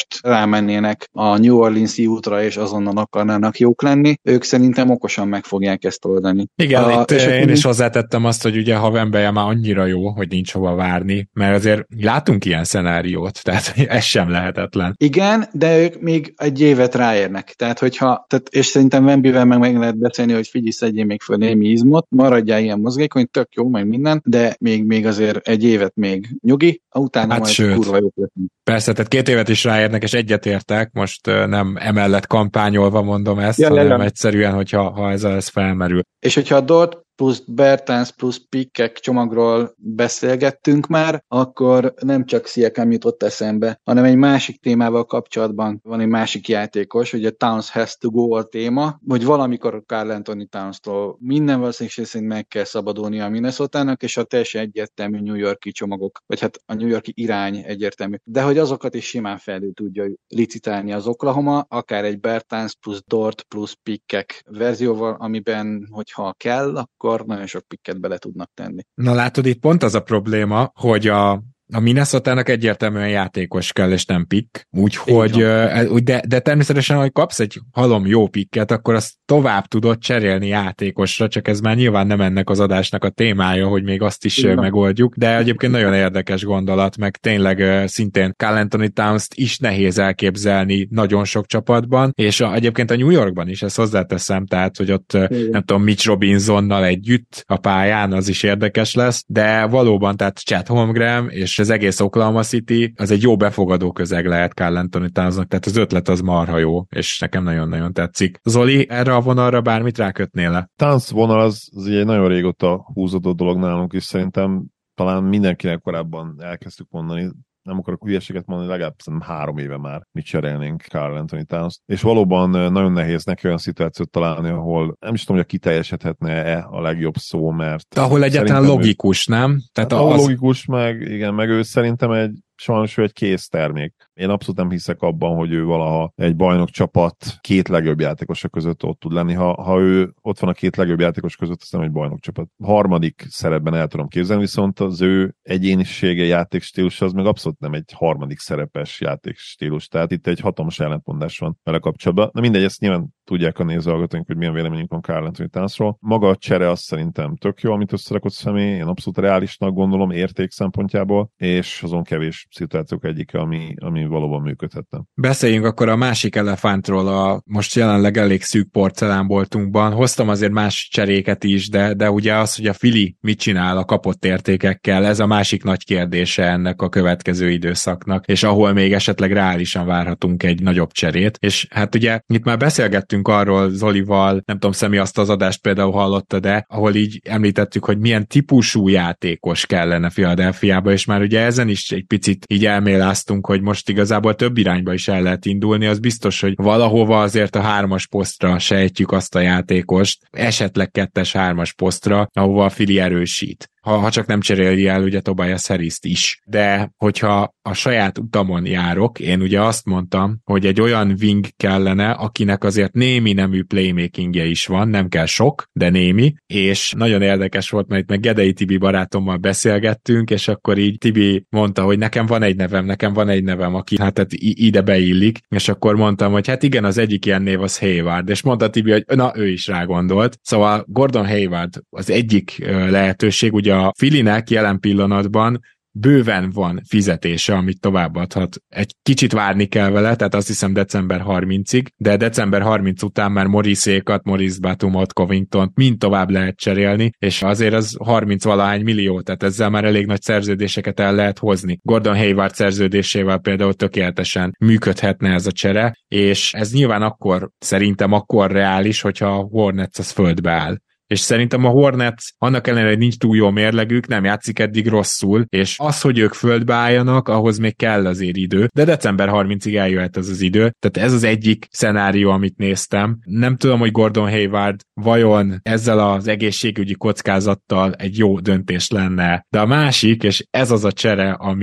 most rámennének a New Orleans-i útra, és azonnal akarnának jók lenni, ők szerintem okosan meg fogják ezt oldani. Igen, a, itt én is hozzátettem azt, hogy ugye ha Wembanyama már annyira jó, hogy nincs hova várni, mert azért látunk ilyen szenáriót, tehát ez sem lehetetlen. Igen, de ők még egy évet ráérnek. Tehát, hogyha, tehát, és szerintem Wembyvel meg meg lehet beszélni, hogy figyelj, szedjél még föl némi izmot, maradjál ilyen mozgékony, tök jó, meg minden, de még, még azért egy évet még nyugi, utána hát majd sőt, kurva jók leszünk. Persze, tehát két évet is ráérnek, és egyetértek, most nem emellett kampányolva mondom ezt, ja, hanem nem. egyszerűen, hogyha ha ez, ez felmerül. És hogyha a Dort plusz Bertans plusz pikkek csomagról beszélgettünk már, akkor nem csak Siakam jutott eszembe, hanem egy másik témával kapcsolatban van egy másik játékos, ugye Towns has to go a téma, hogy valamikor Karl Anthony Townstól minden valószínűség szerint meg kell szabadulni a Minnesotának, és a teljesen egyértelmű New York-i csomagok, vagy hát a New York-i irány egyértelmű, de hogy azokat is simán felül tudja licitálni az Oklahoma, akár egy Bertans plusz Dort plusz pikkek verzióval, amiben, hogyha kell, akkor akkor nagyon sok pikket bele tudnak tenni. Na látod, itt pont az a probléma, hogy a A Minnesotának egyértelműen játékos kell, és nem pick. Úgyhogy, de, de természetesen, hogy kapsz egy halom jó pikket, akkor azt tovább tudod cserélni játékosra, csak ez már nyilván nem ennek az adásnak a témája, hogy még azt is Igen. megoldjuk, de egyébként nagyon érdekes gondolat, meg tényleg szintén Karl Anthony Towns-t is nehéz elképzelni nagyon sok csapatban, és a, egyébként a New Yorkban is, ezt hozzáteszem, tehát, hogy ott Igen. nem tudom, Mitch Robinsonnal együtt a pályán, az is érdekes lesz, de valóban, tehát Chet Holmgren és az egész Oklahoma City, az egy jó befogadó közeg lehet Karl Anthony Townsnak, tehát az ötlet az marha jó, és nekem nagyon-nagyon tetszik. Zoli, erre a vonalra bármit rákötnél le? Towns vonal az, az egy nagyon régóta húzódott dolog nálunk, és szerintem talán mindenkinek korábban elkezdtük mondani, nem akarok hülyeséget mondani, legalább három éve már mit cserélnénk Karl Anthony Towns. És valóban nagyon nehéz neki olyan szituációt találni, ahol nem is tudom, hogy kiteljesedhetne-e a legjobb szó, mert... De ahol egyáltalán logikus, ő, nem? Tehát ahol az... logikus, meg igen, meg ő szerintem egy sajnos ő egy kész termék. Én abszolút nem hiszek abban, hogy ő valaha egy bajnok csapat két legjobb játékosa között ott tud lenni. Ha, ha ő ott van a két legjobb játékos között, az nem egy bajnok csapat. Harmadik szerepben el tudom képzelni, viszont az ő egyénisége, játékstílusa az meg abszolút nem egy harmadik szerepes játékstílus. Tehát itt egy hatalmas ellentmondás van vele kapcsolatban. De mindegy, ezt nyilván tudják a nézőhallgatóink, hogy milyen véleményünk van Karl Anthony Townsról. Maga a csere az szerintem tök jó, amit összerakott személy. Én abszolút reálisnak gondolom érték szempontjából, és azon kevés szituációk egyike, ami, ami valóban működhetne. Beszéljünk akkor a másik elefántról, a most jelenleg elég szűk porcelánboltunkban. Hoztam azért más cseréket is, de, de ugye az, hogy a Philly mit csinál a kapott értékekkel, ez a másik nagy kérdése ennek a következő időszaknak, és ahol még esetleg reálisan várhatunk egy nagyobb cserét. És hát ugye itt már beszélgettünk arról Zolival, nem tudom, Szemi azt az adást például hallotta, de ahol így említettük, hogy milyen típusú játékos kellene Philadelphiába, és már ugye ezen is egy picit így elméláztunk, hogy most igazából több irányba is el lehet indulni, az biztos, hogy valahova azért a hármas posztra sejtjük azt a játékost, esetleg kettes-hármas posztra, ahova a Philly erősít. Ha, ha csak nem cseréli el ugye Tobias Harrist is. De hogyha a saját utamon járok, én ugye azt mondtam, hogy egy olyan wing kellene, akinek azért némi nemű playmakingje is van, nem kell sok, de némi, és nagyon érdekes volt, mert itt meg Gedei Tibi barátommal beszélgettünk, és akkor így Tibi mondta, hogy nekem van egy nevem, nekem van egy nevem, aki hát, hát ide beillik, és akkor mondtam, hogy hát igen, az egyik ilyen név az Hayward, és mondta Tibi, hogy na, ő is rágondolt. Szóval Gordon Hayward az egyik lehetőség, ugye a Phillynek jelen pillanatban bőven van fizetése, amit továbbadhat. Egy kicsit várni kell vele, tehát azt hiszem december harmincadikáig, de december harmincadika után már Morrisékat, Morris Batumot, Covington mind tovább lehet cserélni, és azért az harminc-valahány millió, tehát ezzel már elég nagy szerződéseket el lehet hozni. Gordon Hayward szerződésével például tökéletesen működhetne ez a csere, és ez nyilván akkor, szerintem akkor reális, hogyha a Hornets az földbe áll. És szerintem a Hornets annak ellenére, hogy nincs túl jó mérlegük, nem játszik eddig rosszul, és az, hogy ők földbe álljanak, ahhoz még kell azért idő, de december harmincadikáig eljöhet ez az idő, tehát ez az egyik szenárió, amit néztem. Nem tudom, hogy Gordon Hayward vajon ezzel az egészségügyi kockázattal egy jó döntés lenne, de a másik, és ez az a csere, ami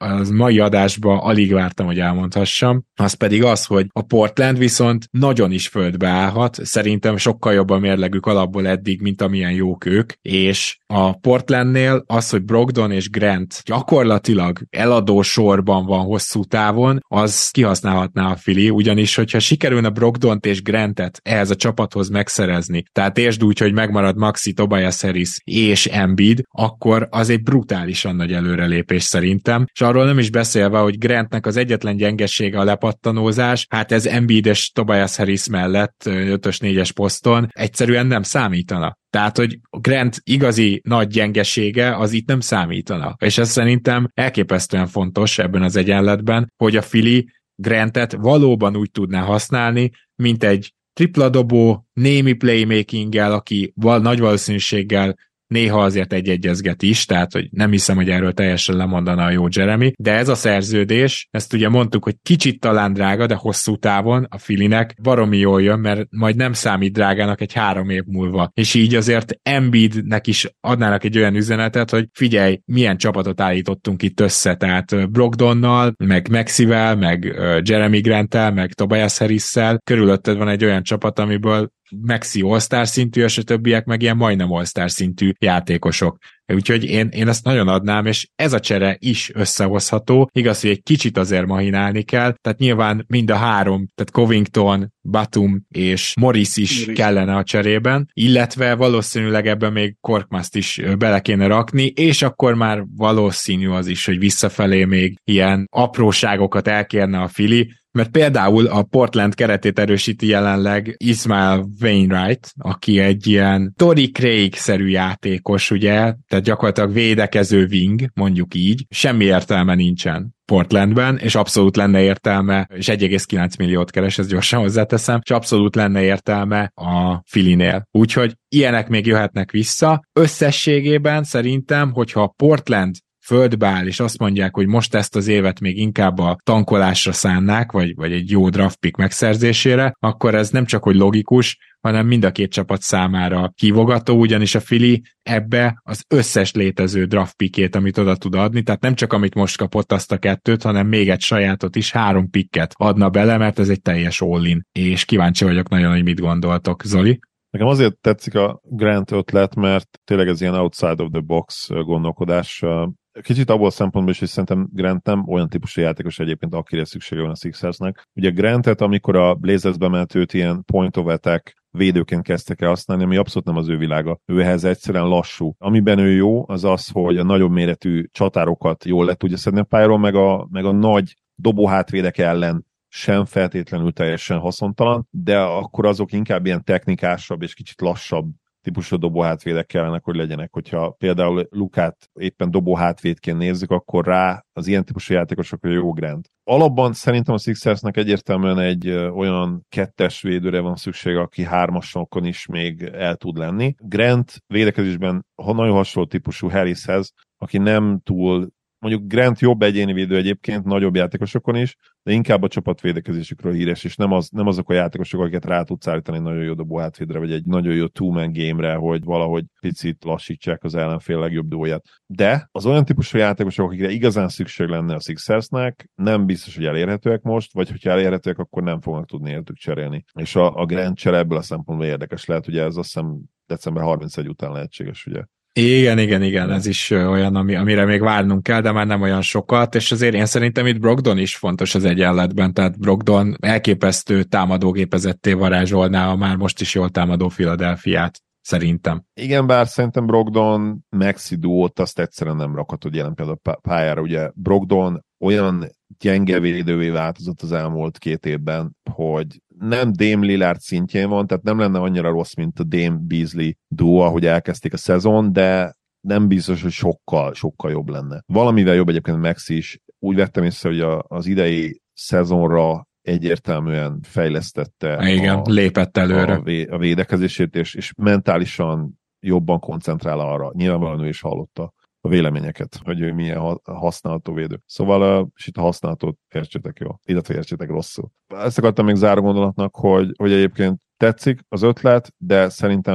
az mai adásban alig vártam, hogy elmondhassam, az pedig az, hogy a Portland viszont nagyon is földbe állhat, szerintem sokkal jobb a mérlegük alapból eddig, mint amilyen jók ők, és a Portlandnél az, hogy Brogdon és Grant gyakorlatilag eladó sorban van hosszú távon, az kihasználhatná a Philly, ugyanis hogyha sikerülne Brogdont és Grantet ehhez a csapathoz megszerezni, tehát értsd úgy, hogy megmarad Maxi, Tobias Harris és Embiid, akkor az egy brutálisan nagy előrelépés szerintem, és arról nem is beszélve, hogy Grantnek az egyetlen gyengesége a lepattanózás, hát ez Embiid és Tobias Harris mellett ötös négyes poszton egyszerűen nem számítana. Tehát, hogy Grant igazi nagy gyengesége az itt nem számítana. És ez szerintem elképesztően fontos ebben az egyenletben, hogy a Philly Grantet valóban úgy tudná használni, mint egy tripladobó, némi playmakinggel, aki val- nagy valószínűséggel néha azért egy-egyezget is, tehát hogy nem hiszem, hogy erről teljesen lemondana a jó Jeremy, de ez a szerződés, ezt ugye mondtuk, hogy kicsit talán drága, de hosszú távon a Phillynek baromi jól jön, mert majd nem számít drágának egy három év múlva. És így azért Embiidnek is adnának egy olyan üzenetet, hogy figyelj, milyen csapatot állítottunk itt össze, tehát Brogdonnal, meg Maxivel, meg Jeremy Granttel, meg Tobias Harrisszel, körülötted van egy olyan csapat, amiből Maxi All-Star szintű, és a többiek meg ilyen majdnem All-Star szintű játékosok. Úgyhogy én, én ezt nagyon adnám, és ez a csere is összehozható. Igaz, hogy egy kicsit azért mahinálni kell, tehát nyilván mind a három, tehát Covington, Batum és Morris is Morris. kellene a cserében, illetve valószínűleg ebben még Korkmazt is bele kéne rakni, és akkor már valószínű az is, hogy visszafelé még ilyen apróságokat elkérne a Philly, mert például a Portland keretét erősíti jelenleg Ismail Wainwright, aki egy ilyen Torrey Craig-szerű játékos, ugye, tehát gyakorlatilag védekező wing, mondjuk így, semmi értelme nincsen Portlandben, és abszolút lenne értelme, és egy egész kilenc milliót keres, ezt gyorsan hozzáteszem, és abszolút lenne értelme a Phillynél. Úgyhogy ilyenek még jöhetnek vissza. Összességében szerintem, hogyha a Portland földbe áll, és azt mondják, hogy most ezt az évet még inkább a tankolásra szánnák, vagy, vagy egy jó draft pick megszerzésére, akkor ez nem csak hogy logikus, hanem mind a két csapat számára hívogató, ugyanis a Philly ebbe az összes létező draft pickét, amit oda tud adni, tehát nem csak amit most kapott azt a kettőt, hanem még egy sajátot is, három picket adna bele, mert ez egy teljes all-in, és kíváncsi vagyok nagyon, hogy mit gondoltok. Zoli? Nekem azért tetszik a Grant ötlet, mert tényleg ez ilyen outside of the box gondolkodás. Kicsit abból a szempontból is, hogy szerintem Grant nem olyan típusú játékos egyébként, akire szüksége van a Sixersnek. Ugye Grantet, amikor a Blazersbe ment, őt ilyen point of attack védőként kezdtek el használni, ami abszolút nem az ő világa. Ő ehhez egyszerűen lassú. Amiben ő jó, az az, hogy a nagyobb méretű csatárokat jól le tudja szedni a pályáról, meg a, meg a nagy dobóhátvédek ellen sem feltétlenül teljesen haszontalan, de akkor azok inkább ilyen technikásabb és kicsit lassabb típusú dobóhátvédek kellene, hogy legyenek. Hogyha például Lukát éppen dobóhátvédként nézzük, akkor rá az ilyen típusú játékosokra jó Grant. Alapban szerintem a Sixersnek egyértelműen egy olyan kettes védőre van szüksége, aki hármasokon is még el tud lenni. Grant védekezésben nagyon hasonló típusú Harrishez, aki nem túl, mondjuk Grant jobb egyéni védő egyébként, nagyobb játékosokon is, de inkább a csapat védekezésükről híres, és nem, az, nem azok a játékosok, akiket rá tudsz állítani egy nagyon jó dobó hátvédre, vagy egy nagyon jó two-man game-re, hogy valahogy picit lassítsák az ellenfél legjobb dóját. De az olyan típusú játékosok, akikre igazán szükség lenne a Sixersnek, nem biztos, hogy elérhetőek most, vagy hogyha elérhetőek, akkor nem fognak tudni értük cserélni. És a, a Grant csere ebből a szempontból érdekes lehet, ugye ez azt hiszem december harmincegy után lehetséges, ugye. Igen, igen, igen, ez is olyan, ami, amire még várnunk kell, de már nem olyan sokat, és azért én szerintem itt Brogdon is fontos az egyenletben, tehát Brogdon elképesztő támadógépezetté varázsolná a már most is jól támadó Philadelphiát, szerintem. Igen, bár szerintem Brogdon Maxi duót azt egyszerűen nem rakhatod jelen például a pályára, ugye Brogdon olyan gyenge védővé változott az elmúlt két évben, hogy nem Dame Lillard szintjén van, tehát nem lenne annyira rossz, mint a Dame Beasley duo, ahogy elkezdték a szezon, de nem biztos, hogy sokkal, sokkal jobb lenne. Valamivel jobb egyébként Maxi is. Úgy vettem észre, hogy a, az idei szezonra egyértelműen fejlesztette Igen, a, lépett előre. A, vé, a védekezését, és, és mentálisan jobban koncentrál arra. Nyilvánvalóan ő is hallotta a véleményeket, hogy ő milyen használható védő. Szóval, és itt a használatot értsétek jól, illetve értsétek rosszul. Ezt akartam még záró gondolatnak, hogy, hogy egyébként tetszik az ötlet, de szerintem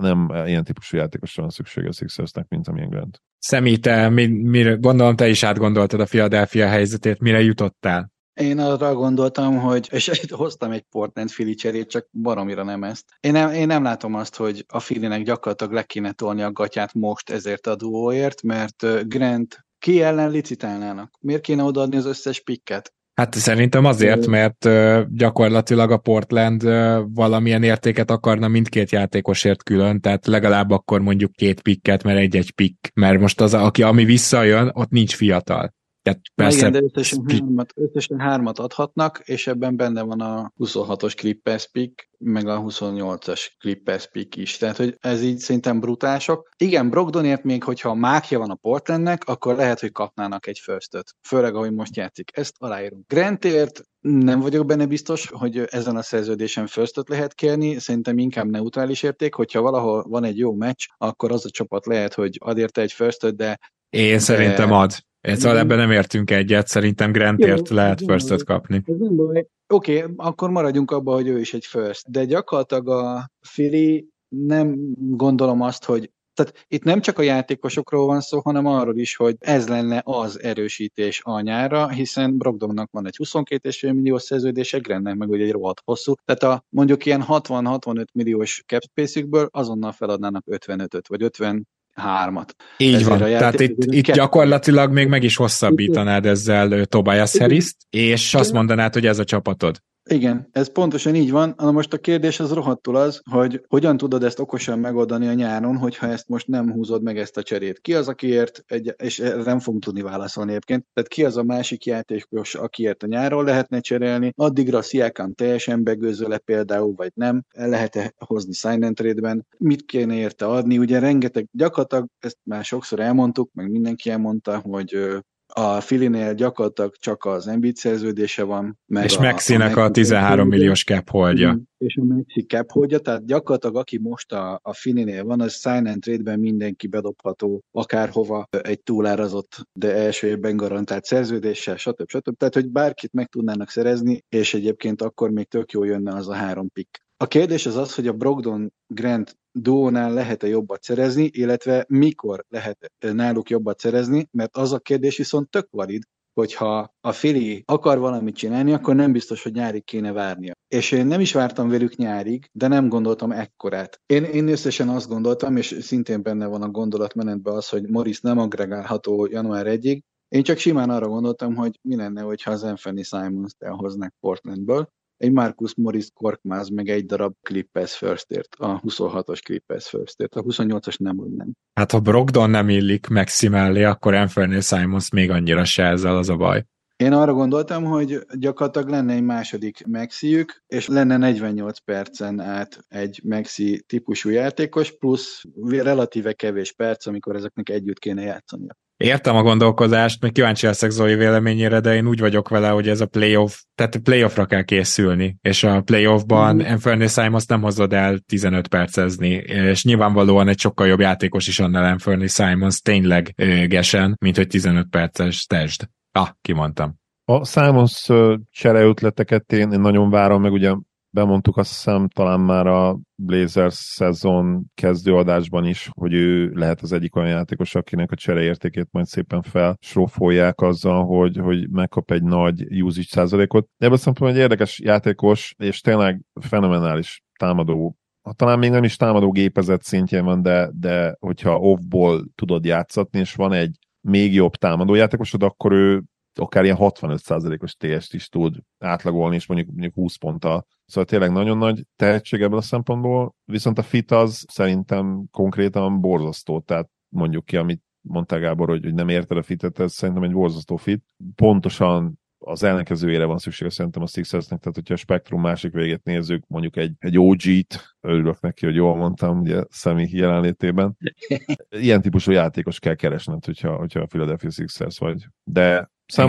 nem ilyen típusú játékosra van szüksége a Sixersnek, mint amilyen Grant. Szemi, te, mi, mire, gondolom te is átgondoltad a Philadelphia helyzetét, mire jutottál? Én arra gondoltam, hogy, és hoztam egy Portland-Philly cserét, csak baromira nem ezt. Én nem, én nem látom azt, hogy a Phillynek gyakorlatilag le kéne tolni a gatyát most ezért a duóért, mert Grant ki ellen licitálnának? Miért kéne odaadni az összes pikket? Hát szerintem azért, mert gyakorlatilag a Portland valamilyen értéket akarna mindkét játékosért külön, tehát legalább akkor mondjuk két pikket, mert egy-egy pikk, mert most az, aki, ami visszajön, ott nincs fiatal. Tehát persze, igen, de összesen hármat, összesen hármat adhatnak, és ebben benne van a huszonhatos Clippers pick, meg a huszonnyolcas Clippers pick is. Tehát, hogy ez így szerintem brutálsok. Igen, Brogdonért még, hogyha a mákja van a Portlandnek, akkor lehet, hogy kapnának egy firstöt. Főleg, ahogy most játszik. Ezt aláírom. Grantért nem vagyok benne biztos, hogy ezen a szerződésen firstöt lehet kérni. Szerintem inkább neutrális érték. Hogyha valahol van egy jó meccs, akkor az a csapat lehet, hogy ad érte egy firstöt, de... Én de... szerintem ad. Szóval ebben nem értünk egyet, szerintem Grantért jó, lehet firstöt kapni. Oké, okay, akkor maradjunk abban, hogy ő is egy first. De gyakorlatilag a Philly nem gondolom azt, hogy tehát itt nem csak a játékosokról van szó, hanem arról is, hogy ez lenne az erősítés a nyárra, hiszen Brogdonnak van egy huszonkét egész öt milliós szerződése, Grantnek meg ugye egy rohadt hosszú. Tehát a mondjuk ilyen hatvan-hatvanöt milliós cap space-ükből azonnal feladnának ötvenötöt vagy ötven hármat. Így ezért van, tehát itt, itt gyakorlatilag még meg is hosszabbítanád ezzel Tobias Harrist, és azt mondanád, hogy ez a csapatod. Igen, ez pontosan így van. Na most a kérdés az rohadtul az, hogy hogyan tudod ezt okosan megoldani a nyáron, hogyha ezt most nem húzod meg ezt a cserét. Ki az, akiért, egy, és nem fogunk tudni válaszolni egyébként, tehát ki az a másik játékos, akiért a nyáron lehetne cserélni, addigra Siakam teljesen begőzöle például, vagy nem, el lehet-e hozni sign and trade-ben, mit kéne érte adni, ugye rengeteg, gyakorlatilag ezt már sokszor elmondtuk, meg mindenki elmondta, hogy a Phillynél gyakorlatilag csak az Embiid szerződése van. Meg és a, Maxinek a, a tizenhárom milliós cap holdja. És a Maxi cap holdja, tehát gyakorlatilag aki most a, a Phillynél van, az sign and trade-ben mindenki bedobható akárhova egy túlárazott, de első évben garantált szerződéssel, stb. stb. Tehát, hogy bárkit meg tudnának szerezni, és egyébként akkor még tök jó jönne az a három pick. A kérdés az az, hogy a Brogdon-Grant duónál lehet-e jobbat szerezni, illetve mikor lehet náluk jobbat szerezni, mert az a kérdés viszont tök valid, hogyha a Philly akar valamit csinálni, akkor nem biztos, hogy nyárig kéne várnia. És én nem is vártam velük nyárig, de nem gondoltam ekkorát. Én, én összesen azt gondoltam, és szintén benne van a gondolatmenetben az, hogy Morris nem agregálható január elsejéig. Én csak simán arra gondoltam, hogy mi lenne, hogyha az Anthony Simons-t elhoznák Portlandből, egy Marcus Morris Korkmaz, meg egy darab Clippers firstért, a huszonhatos Clippers firstért, a huszonnyolcas nem úgy nem. Hát ha Brogdon nem illik Maxi mellé, akkor Anthony Simons még annyira se, ezzel az a baj. Én arra gondoltam, hogy gyakorlatilag lenne egy második Maxiük, és lenne negyvennyolc percen át egy Maxi típusú játékos, plusz relatíve kevés perc, amikor ezeknek együtt kéne játszania. Értem a gondolkozást, még kíváncsi leszek Zoli véleményére, de én úgy vagyok vele, hogy ez a playoff, tehát a playoffra kell készülni, és a playoffban mm. Anthony Simons nem hozod el tizenöt percezni, és nyilvánvalóan egy sokkal jobb játékos is annál Anthony Simons ténylegesen, mint hogy tizenöt perces test. Ah, kimondtam. A Simons csereötleteket én, én nagyon várom, meg ugye bemondtuk azt hiszem talán már a Blazers szezon kezdőadásban is, hogy ő lehet az egyik olyan játékos, akinek a csereértékét majd szépen felsrófolják azzal, hogy, hogy megkap egy nagy usage százalékot. Ebből szempontból egy érdekes játékos, és tényleg fenomenális támadó. Talán még nem is támadó gépezet szintjén van, de, de hogyha off-ból tudod játszatni, és van egy még jobb támadó játékosod, akkor ő akár ilyen hatvanöt százalékos té est is tud átlagolni, és mondjuk, mondjuk húsz ponttal. Szóval tényleg nagyon nagy tehetség ebből a szempontból, viszont a fit az szerintem konkrétan borzasztó, tehát mondjuk ki, amit mondtál Gábor, hogy, hogy nem érted a fitet, ez szerintem egy borzasztó fit. Pontosan az ellenkezőjére van szüksége szerintem a Sixersnek, tehát hogyha a spektrum másik végét nézzük, mondjuk egy, egy ó gét, örülök neki, hogy jól mondtam, ugye Szemi jelenlétében. Ilyen típusú játékos kell keresned, hogyha, hogyha a Philadelphia Sixers vagy. De Simons,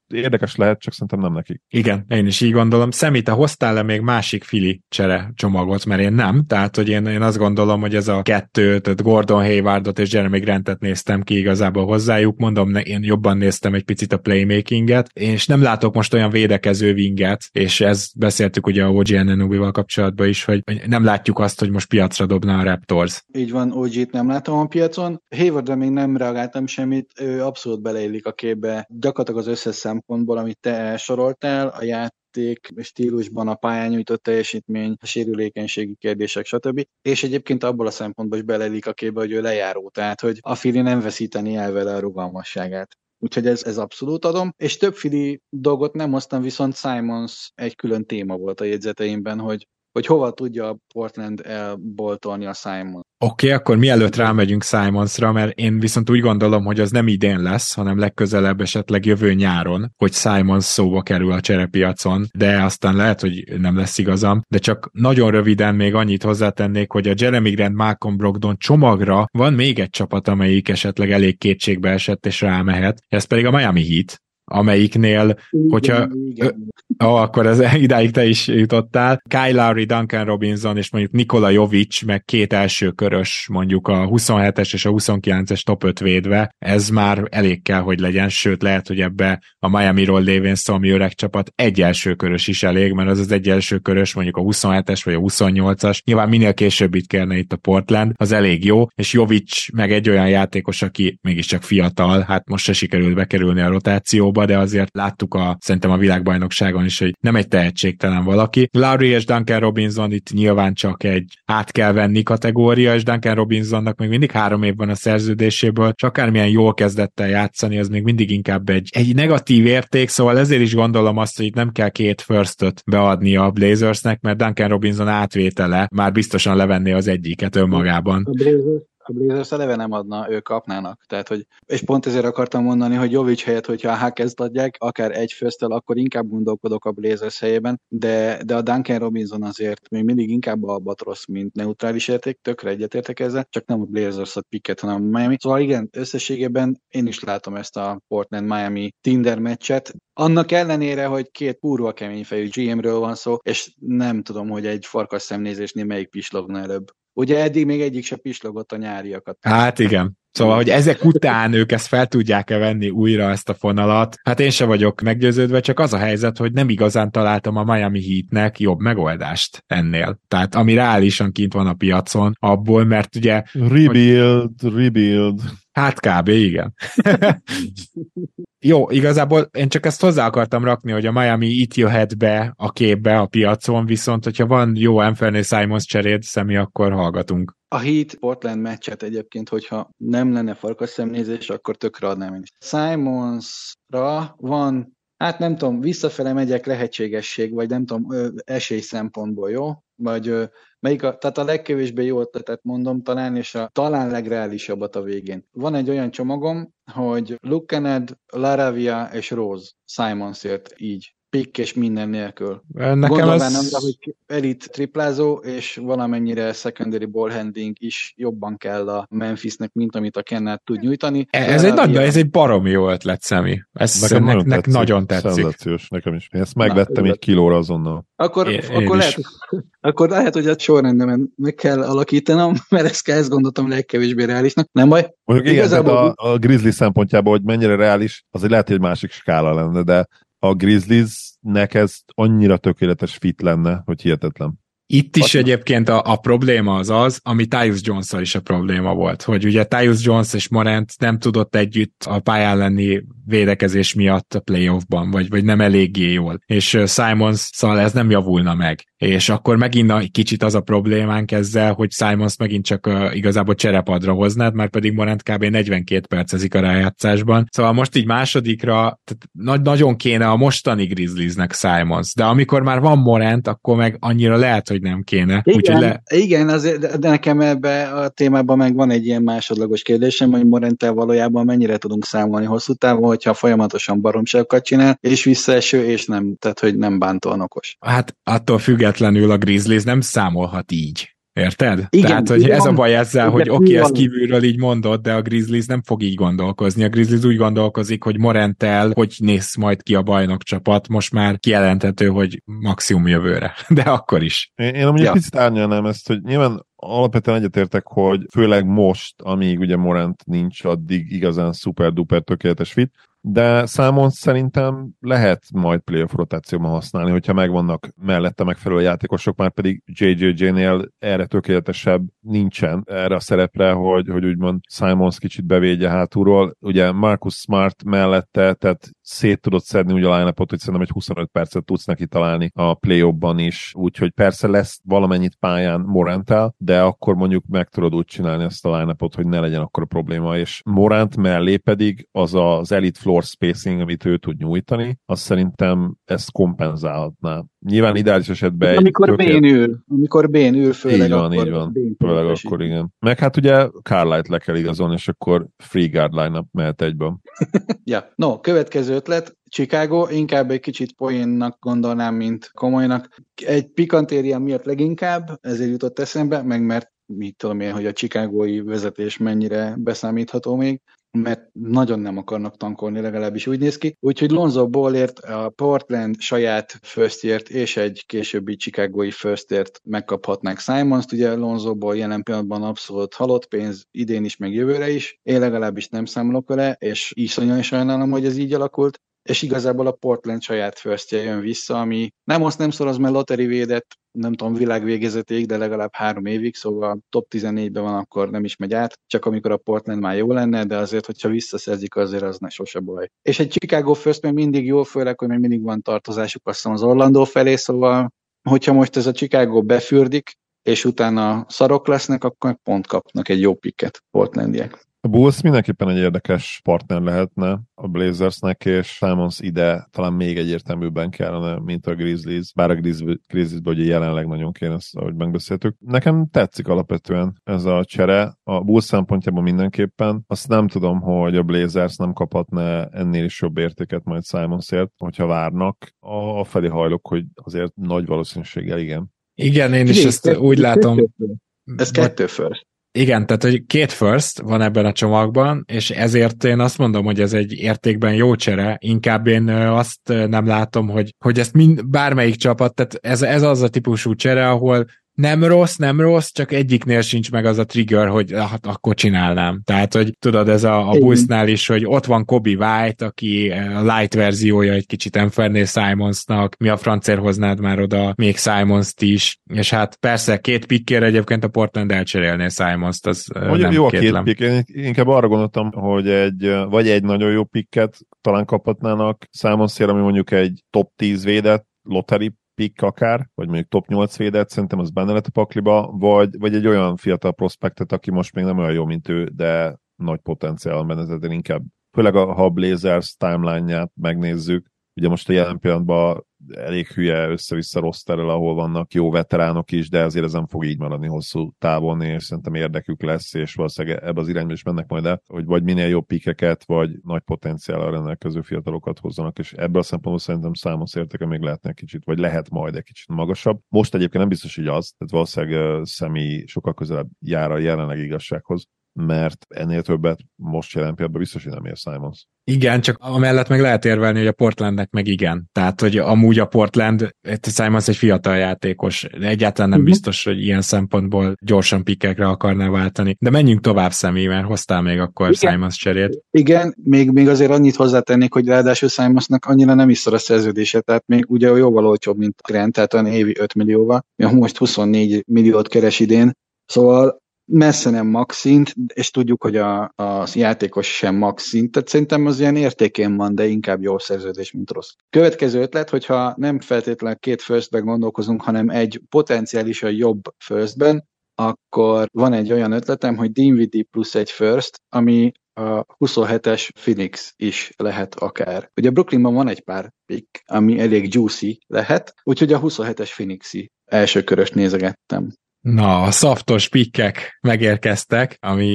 érdekes lehet, csak szerintem nem nekik. Igen, én is így gondolom. Szemi, te hoztál-e még másik Fili csere csomagot, mert én nem, tehát hogy én, én azt gondolom, hogy ez a kettő, tehát Gordon Haywardot és Jeremy Grantet néztem ki igazából hozzájuk, mondom, én jobban néztem egy picit a playmakinget, és nem látok most olyan védekező winget, és ezt beszéltük ugye a o gé Anunoby-val kapcsolatban is, hogy nem látjuk azt, hogy most piacra dobna a Raptors. Így van, o gét nem látom a piacon. Haywardra még nem reagáltam semmit, ő abszolút beleillik a képbe. Gyakorlatilag az összes szempontból, amit te soroltál, a játék stílusban, a pályán nyújtott teljesítmény, a sérülékenységi kérdések, stb. És egyébként abból a szempontból is beleillik a képbe, hogy ő lejáró, tehát hogy a Philly nem veszíteni el vele a rugalmasságát. Úgyhogy ez, ez abszolút adom. És több Philly dolgot nem hoztam, viszont Simons egy külön téma volt a jegyzeteimben, hogy hogy hova tudja a Portland elboltolni a Simons. Oké, okay, akkor mielőtt rámegyünk Simonsra, mert én viszont úgy gondolom, hogy az nem idén lesz, hanem legközelebb esetleg jövő nyáron, hogy Simons szóba kerül a cserepiacon, de aztán lehet, hogy nem lesz igazam, de csak nagyon röviden még annyit hozzátennék, hogy a Jeremy Grant, Malcolm Brogdon csomagra van még egy csapat, amelyik esetleg elég kétségbe esett és rámehet, ez pedig a Miami Heat, amelyiknél, igen, hogyha igen. Ó, akkor ez idáig te is jutottál. Kyle Lowry, Duncan Robinson és mondjuk Nikola Jovic, meg két első körös, mondjuk a huszonhetes és a huszonkilences top öt védve, ez már elég kell, hogy legyen, sőt lehet, hogy ebbe a Miami-ról lévén szó, ami öreg csapat, egy első körös is elég, mert az az egy első körös, mondjuk a huszonhetes vagy a huszonnyolcas, nyilván minél később itt kellene itt a Portland, az elég jó, és Jovic meg egy olyan játékos, aki mégiscsak fiatal, hát most se sikerült bekerülni a rotációba, de azért láttuk a, szerintem a világbajnokságon is, hogy nem egy tehetségtelen valaki. Lowry és Duncan Robinson itt nyilván csak egy át kell venni kategória, és Duncan Robinsonnak még mindig három év van a szerződéséből, és akármilyen jól kezdett el játszani, az még mindig inkább egy, egy negatív érték, szóval ezért is gondolom azt, hogy itt nem kell két firstöt beadni a Blazersnek, mert Duncan Robinson átvétele már biztosan levenné az egyiket önmagában. A Blazers eleve nem adna, ők kapnának. Tehát, hogy, és pont ezért akartam mondani, hogy Jovic helyett, hogyha a Hackest adják, akár egy first-tel, akkor inkább gondolkodok a Blazers helyében, de, de a Duncan Robinson azért még mindig inkább albatrosz, mint neutrális érték, tökre egyetértek ezzel, csak nem a Blazers-ot picket, hanem a Miami. Szóval igen, összességében én is látom ezt a Portland-Miami Tinder meccset. Annak ellenére, hogy két kurva kemény fejű gé em-ről van szó, és nem tudom, hogy egy farkas szemnézésnél melyik pislogna előbb. Ugye eddig még egyik se pislogott a nyáriakat. Hát igen. Szóval, hogy ezek után ők ezt fel tudják-e venni újra ezt a fonalat, hát én se vagyok meggyőződve, csak az a helyzet, hogy nem igazán találtam a Miami Heatnek jobb megoldást ennél. Tehát ami reálisan kint van a piacon, abból, mert ugye... Rebuild, hogy... rebuild. Hát kb. Igen. Jó, igazából én csak ezt hozzá akartam rakni, hogy a Miami itt jöhet be a képbe a piacon, viszont hogyha van jó Anthony Simons cseréd, Szemi, akkor hallgatunk. A Heat Portland meccset egyébként, hogyha nem lenne farkas szemnézés, akkor tökre adnám én is. Simonsra van, hát nem tudom, visszafele megyek lehetségesség, vagy nem tudom, esély szempontból, jó? Vagy melyik a, tehát a legkevésbé jó ötletet mondom talán, és a talán legreálisabbat a végén. Van egy olyan csomagom, hogy Luke Kennard, LaRavia és Rose Simonsért így. Pick és minden nélkül. Nekem Gondolván ez... nem, de hogy elit triplázó, és valamennyire secondary ball handling is jobban kell a Memphisnek, mint amit a Kennard tud nyújtani. Ez egy, nagy, ez egy baromi jó ötlet, Szemi. Ez nekem nek, nagyon nek tetszik. nagyon tetszik. Szenzációs, nekem is. Én ezt megvettem egy kilóra azonnal. Akkor, én, akkor, én lehet, akkor lehet, hogy a sorrendemen meg kell alakítanom, mert ezt, kell, ezt gondoltam legkevésbé reálisnak. Nem baj? Mondjuk igen, tehát a, a Grizzly szempontjából, hogy mennyire reális, azért lehet, hogy egy másik skála lenne, de a Grizzliesnek ez annyira tökéletes fit lenne, hogy hihetetlen. Itt is Aztán. Egyébként a, a probléma az az, ami Tyus Jones-szal is a probléma volt, hogy ugye Tyus Jones és Morant nem tudott együtt a pályán lenni védekezés miatt a playoffban, vagy, vagy nem eléggé jól. És Simons-szal ez nem javulna meg. És akkor megint egy kicsit az a problémánk ezzel, hogy Simons megint csak uh, igazából cserepadra hoznád, már pedig Morant kb. negyvenkét percezik a rájátszásban. Szóval most így másodikra tehát nagy, nagyon kéne a mostani Grizzliesnek Simons, de amikor már van Morant, akkor meg annyira lehet, hogy nem kéne. Igen, le... igen azért, de nekem ebbe a témában meg van egy ilyen másodlagos kérdésem, hogy Moranttel valójában mennyire tudunk számolni hosszú távon, hogyha folyamatosan baromságokat csinál, és visszaeső, és nem, tehát hogy nem bántóan okos. Hát attól függetlenül a Grizzlies nem számolhat így. Érted? Igen, Tehát, hogy igen, ez a baj ezzel, hogy oké, okay, ezt van. kívülről így mondod, de a Grizzlies nem fog így gondolkozni. A Grizzlies úgy gondolkozik, hogy Moranttel hogy néz majd ki a bajnok csapat, most már kijelenthető, hogy maximum jövőre. De akkor is. Én, én amúgy Ja. egy picit árnyalnám ezt, hogy nyilván alapvetően egyetértek, hogy főleg most, amíg ugye Morant nincs, addig igazán szuper-duper tökéletes fit, de számon szerintem lehet majd playoff rotációban használni, hogyha megvannak mellette megfelelő játékosok, már pedig jé jé jé-nél erre tökéletesebb nincsen erre a szerepre, hogy, hogy úgymond Simons kicsit bevédje hátulról. Ugye Marcus Smart mellette, tehát szét tudod szedni ugye a line-upot, hogy szerintem egy huszonöt percet tudsz neki találni a play-offban is, úgyhogy persze lesz valamennyit pályán Moranttel, de akkor mondjuk meg tudod úgy csinálni ezt a line-upot, hogy ne legyen akkor a probléma, és Morant mellé pedig az az elite floor spacing, amit ő tud nyújtani, azt szerintem ezt kompenzálhatná. Nyilván ideális esetben... Amikor tökélet... Bén ül, amikor Bén ül, főleg így van, akkor... így van, főleg akkor igen. Meg hát ugye Carlisle-t le kell igazolni, és akkor free guard line-up mehet egyből. Ja. No, következő ötlet, Chicago, inkább egy kicsit poénnak gondolnám, mint komolynak. Egy pikantéria miatt leginkább, ezért jutott eszembe, meg mert mit tudom én, hogy a chicagói vezetés mennyire beszámítható még, mert nagyon nem akarnak tankolni, legalábbis úgy néz ki. Úgyhogy Lonzo Ballért a Portland saját firstért és egy későbbi chicagói firstért megkaphatnák Simons-t. Ugye Lonzo Ball jelen pillanatban abszolút halott pénz, idén is, meg jövőre is. Én legalábbis nem számolok vele, és iszonyan sajnálom, hogy ez így alakult. És igazából a Portland saját firstje jön vissza, ami nem azt nem szoroz, mert lottery védett, nem tudom, világvégezetéig, de legalább három évig, szóval top tizennégyben van, akkor nem is megy át, csak amikor a Portland már jó lenne, de azért, hogyha visszaszerzik, azért az ne sose baj. És egy Chicago first még mindig jó, főleg, hogy még mindig van tartozásuk, azt hiszem az Orlando felé, szóval hogyha most ez a Chicago befürdik, és utána szarok lesznek, akkor pont kapnak egy jó picket Portlandiek. A Bulls mindenképpen egy érdekes partner lehetne a Blazersnek, és Simons ide talán még egyértelműbben kellene, mint a Grizzlies, bár a Grizzliesben ugye jelenleg nagyon kéne, ezt, ahogy megbeszéltük. Nekem tetszik alapvetően ez a csere, a Bulls szempontjából mindenképpen. Azt nem tudom, hogy a Blazers nem kaphatna ennél is jobb értéket majd Simonsért, hogyha várnak. A felé hajlok, hogy azért nagy valószínűséggel igen. Igen, én is ezt úgy látom. Ez kettő first. Igen, tehát hogy két first van ebben a csomagban, és ezért én azt mondom, hogy ez egy értékben jó csere, inkább én azt nem látom, hogy, hogy ezt mind, bármelyik csapat, tehát ez, ez az a típusú csere, ahol nem rossz, nem rossz, csak egyiknél sincs meg az a trigger, hogy hát akkor csinálnám. Tehát, hogy tudod, ez a, a Bullsnál is, hogy ott van Kobe White, aki a light verziója egy kicsit Anthony Simonsnak, mi a francért hoznád már oda még Simonst is, és hát persze két pickért egyébként a Portland elcserélné Simonst, az hogy nem jó a kétlem. két pick, én inkább arra gondoltam, hogy egy, vagy egy nagyon jó picket talán kaphatnának Simonsért, ami mondjuk egy top tíz védett lottery pick akár, vagy mondjuk top nyolc védett, szerintem az benne lett a pakliba, vagy, vagy egy olyan fiatal prospektet, aki most még nem olyan jó, mint ő, de nagy potenciál benne, tehát inkább, főleg a, ha a Blazers timeline-ját megnézzük, ugye most a jelen pillanatban elég hülye össze-vissza rosterrel, ahol vannak jó veteránok is, de azért ez nem fog így maradni hosszú távon, és szerintem érdekük lesz, és valószínűleg ebbe az irányba is mennek majd el, hogy vagy minél jobb pikeket, vagy nagy potenciállal rendelkező fiatalokat hozzanak, és ebből a szempontból szerintem számos értéke még lehetne kicsit, vagy lehet majd egy kicsit magasabb. Most egyébként nem biztos, hogy az, tehát valószínűleg személy sokkal közelebb jár a jelenlegi igazsághoz, mert ennél többet most jelen pillanatban biztos, hogy nem ér Simons. Igen, csak amellett meg lehet érvelni, hogy a Portlandnek meg igen. Tehát, hogy amúgy a Portland, Simons egy fiatal játékos, egyáltalán nem biztos, hogy ilyen szempontból gyorsan pikkekre akarná váltani. De menjünk tovább, Személy, mert hoztál még akkor igen. Simons cserét. Igen, még, még azért annyit hozzátennék, hogy ráadásul Simonsnak annyira nem is szar a szerződése, tehát még ugye jóval olcsóbb, mint Grant, tehát olyan évi öt millióval, most huszonnégy milliót keres idén, szóval messze nem max szint, és tudjuk, hogy a, a játékos sem max szint, tehát szerintem az ilyen értékén van, de inkább jó szerződés, mint rossz. Következő ötlet, hogyha nem feltétlenül két firstben gondolkozunk, hanem egy potenciálisan jobb firstben, akkor van egy olyan ötletem, hogy Dinwiddie plusz egy first, ami a huszonhetes Phoenix is lehet akár. Ugye Brooklynban van egy pár pick, ami elég juicy lehet, úgyhogy a huszonhetes Phoenixi első köröst nézegettem. Na, a szaftos pikkek megérkeztek, ami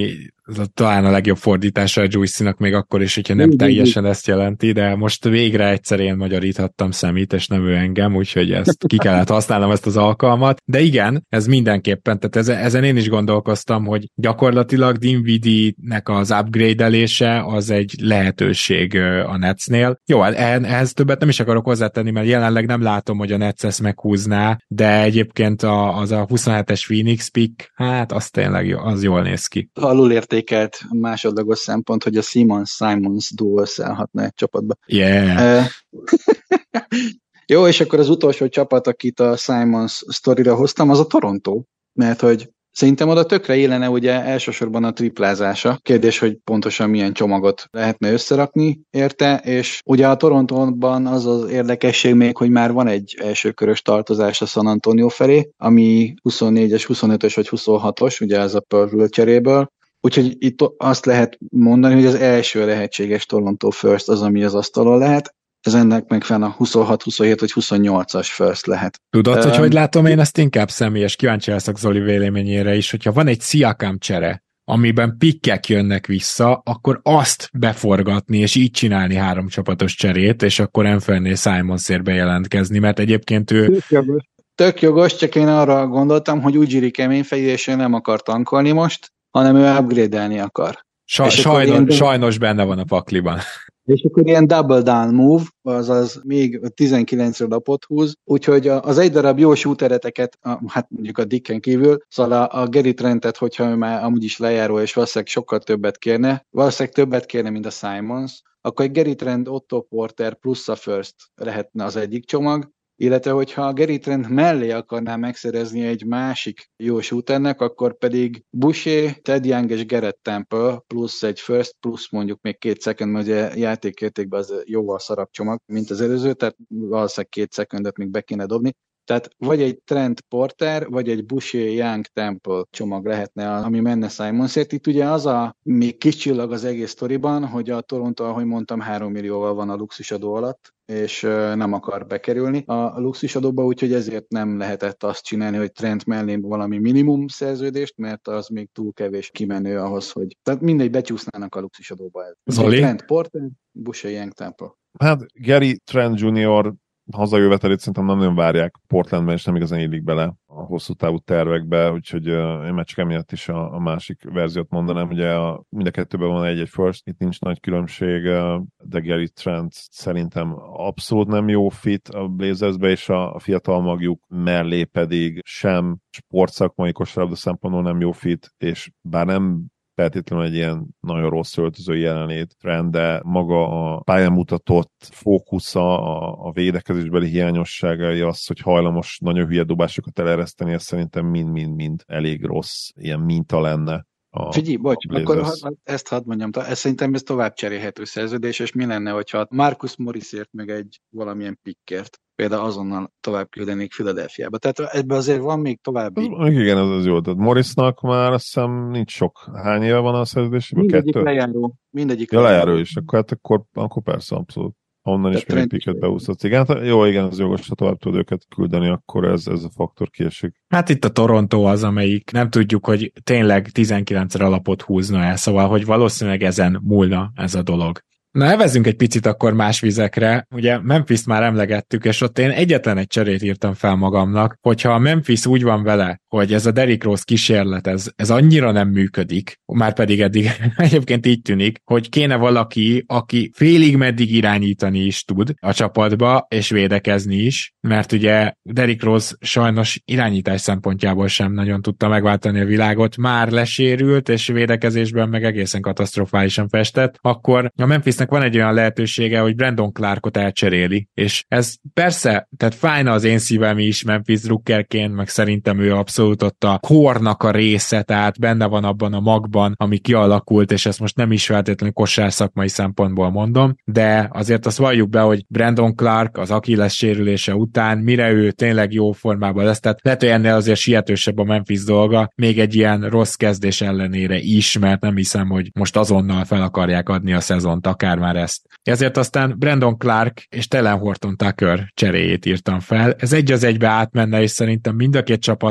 talán a legjobb fordítása a Juicy-nak még akkor is, hogyha nem teljesen ezt jelenti, de most végre egyszer én magyaríthattam Szemét, és nem ő engem, úgyhogy ezt ki kellett használnom ezt az alkalmat. De igen, ez mindenképpen, tehát ezen én is gondolkoztam, hogy gyakorlatilag Dinwiddie-nek az upgrade-elése az egy lehetőség a Netsnél. Jó, ehhez többet nem is akarok hozzátenni, mert jelenleg nem látom, hogy a Nets ezt meghúzná, de egyébként az a huszonhetes Phoenix pick, hát az tényleg jó, az jól néz ki. Alul értékelt másodlagos szempont, hogy a Simmons-Simons duo összeállhatna egy csapatba. Yeah. Uh, jó, és akkor az utolsó csapat, akit a Simons sztorira hoztam, az a Toronto, mert hogy szerintem oda tökre illene ugye elsősorban a triplázása. Kérdés, hogy pontosan milyen csomagot lehetne összerakni érte, és ugye a Torontóban az az érdekesség még, hogy már van egy elsőkörös tartozás a San Antonio felé, ami huszonnégyes, huszonötös vagy huszonhatos, ugye az a Pearl cseréből. Úgyhogy itt azt lehet mondani, hogy az első lehetséges Toronto first az, ami az asztalon lehet. Ez ennek meg fenn a huszonhat, huszonhét vagy huszonnyolcas first lehet. Tudod, um, hogy hogy látom én ezt inkább személyes, kíváncsi leszek Zoli véleményére is, hogyha van egy Siakam csere, amiben pikkek jönnek vissza, akkor azt beforgatni, és így csinálni három csapatos cserét, és akkor Anthony Simonsért bejelentkezni, mert egyébként ő... Tök jogos, csak én arra gondoltam, hogy Ujiri keményfejű, és ő nem akar tankolni most, hanem ő upgrade-elni akar. Sa- sajnos, ilyen... sajnos benne van a pakliban. És akkor ilyen double down move, azaz még tizenkilencre lapot húz, úgyhogy az egy darab jó shootereteket, hát mondjuk a Dicken kívül, szóval a, a Gary Trentet, hogyha ő már amúgy is lejáró, és valószínűleg sokkal többet kérne, valószínűleg többet kérne, mint a Simons, akkor egy Gary Trent, Otto Porter plusz a first lehetne az egyik csomag, illetve hogyha a Gary Trent mellé akarná megszerezni egy másik jó shooternek, akkor pedig Boucher, Ted Young és Garrett Temple plusz egy first, plusz mondjuk még két second, mert ugye játékértékben az jóval szarabb csomag, mint az előző, tehát valószínűleg két secondot még be kéne dobni. Tehát vagy egy Trent Porter, vagy egy Boucher Young Temple csomag lehetne, ami menne Simonsért. Itt ugye az a még kis csillag az egész sztoriban, hogy a Toronto, ahogy mondtam, három millióval van a luxusadó alatt, és nem akar bekerülni a luxusadóba, úgyhogy ezért nem lehetett azt csinálni, hogy Trent mellé valami minimum szerződést, mert az még túl kevés kimenő ahhoz, hogy... Tehát mindegy, becsúsznának a luxusadóba. Zoli? Trent Porter, Boucher Young Temple. Hát Gary Trent junior hazajövetelét szerintem nem nagyon várják Portlandben, és nem igazán illik bele a hosszú távú tervekbe, úgyhogy uh, én már csak emiatt is a, a másik verziót mondanám, ugye a, mind a kettőben van egy-egy first, itt nincs nagy különbség, uh, de Gary Trent szerintem abszolút nem jó fit a Blazersbe, és a, a fiatal magjuk mellé pedig sem sportszakmai kosárlabda szempontból nem jó fit, és bár nem feltétlenül egy ilyen nagyon rossz öltöző jelenlét trend, de maga a pályán mutatott fókusza, a, a védekezésbeli hiányosságai, az, hogy hajlamos nagyon hülye dobásokat elereszteni, ez szerintem mind-mind-mind elég rossz, ilyen minta lenne. Figyelj, bocs, akkor ha, ezt hadd mondjam, ez szerintem ez tovább cserélhető szerződés, és mi lenne, hogyha Marcus Morrisért meg egy valamilyen pickért például azonnal tovább küldenék Philadelphiába. Tehát ebben azért van még további... Igen, ez az jó. Tehát Morrisnak már azt hiszem nincs sok. Hány éve van a szerződésében? Mindegyik Kettő? lejáró. Mindegyik ja, lejáró. lejáró is. Akkor, hát akkor, akkor persze abszolút. Onnan is még egy picket beúszhatsz. Igen, hát jó, igen, az jogos, ha tovább tud őket küldeni, akkor ez, ez a faktor kiesik. Hát itt a Toronto az, amelyik nem tudjuk, hogy tényleg tizenkilencre alapot húzna el, szóval, hogy valószínűleg ezen múlna ez a dolog. Na, elvezzünk egy picit akkor más vizekre. Ugye Memphis-t már emlegettük, és ott én egyetlen egy cserét írtam fel magamnak, hogyha a Memphis úgy van vele, hogy ez a Derrick Rose kísérlet, ez, ez annyira nem működik, már pedig eddig egyébként így tűnik, hogy kéne valaki, aki félig meddig irányítani is tud a csapatba, és védekezni is, mert ugye Derrick Rose sajnos irányítás szempontjából sem nagyon tudta megváltani a világot, már lesérült, és védekezésben meg egészen katasztrofálisan festett, akkor a Memphisnek van egy olyan lehetősége, hogy Brandon Clarkot elcseréli, és ez persze, tehát fájna az én szívem is Memphis drukkerként, meg szerintem ő abszolút ott a kornak a része, tehát benne van abban a magban, ami kialakult, és ezt most nem is feltétlenül kosárszakmai szempontból mondom, de azért azt valljuk be, hogy Brandon Clark az Achilles sérülése után, mire ő tényleg jó formában lesz, tehát lehet, hogy ennél azért sietősebb a Memphis dolga, még egy ilyen rossz kezdés ellenére is, mert nem hiszem, hogy most azonnal fel akarják adni a szezont, akár már ezt. Ezért aztán Brandon Clark és Talen Horton Tucker cseréjét írtam fel. Ez egy az egybe átmenne, és szerintem mind a két csapat mind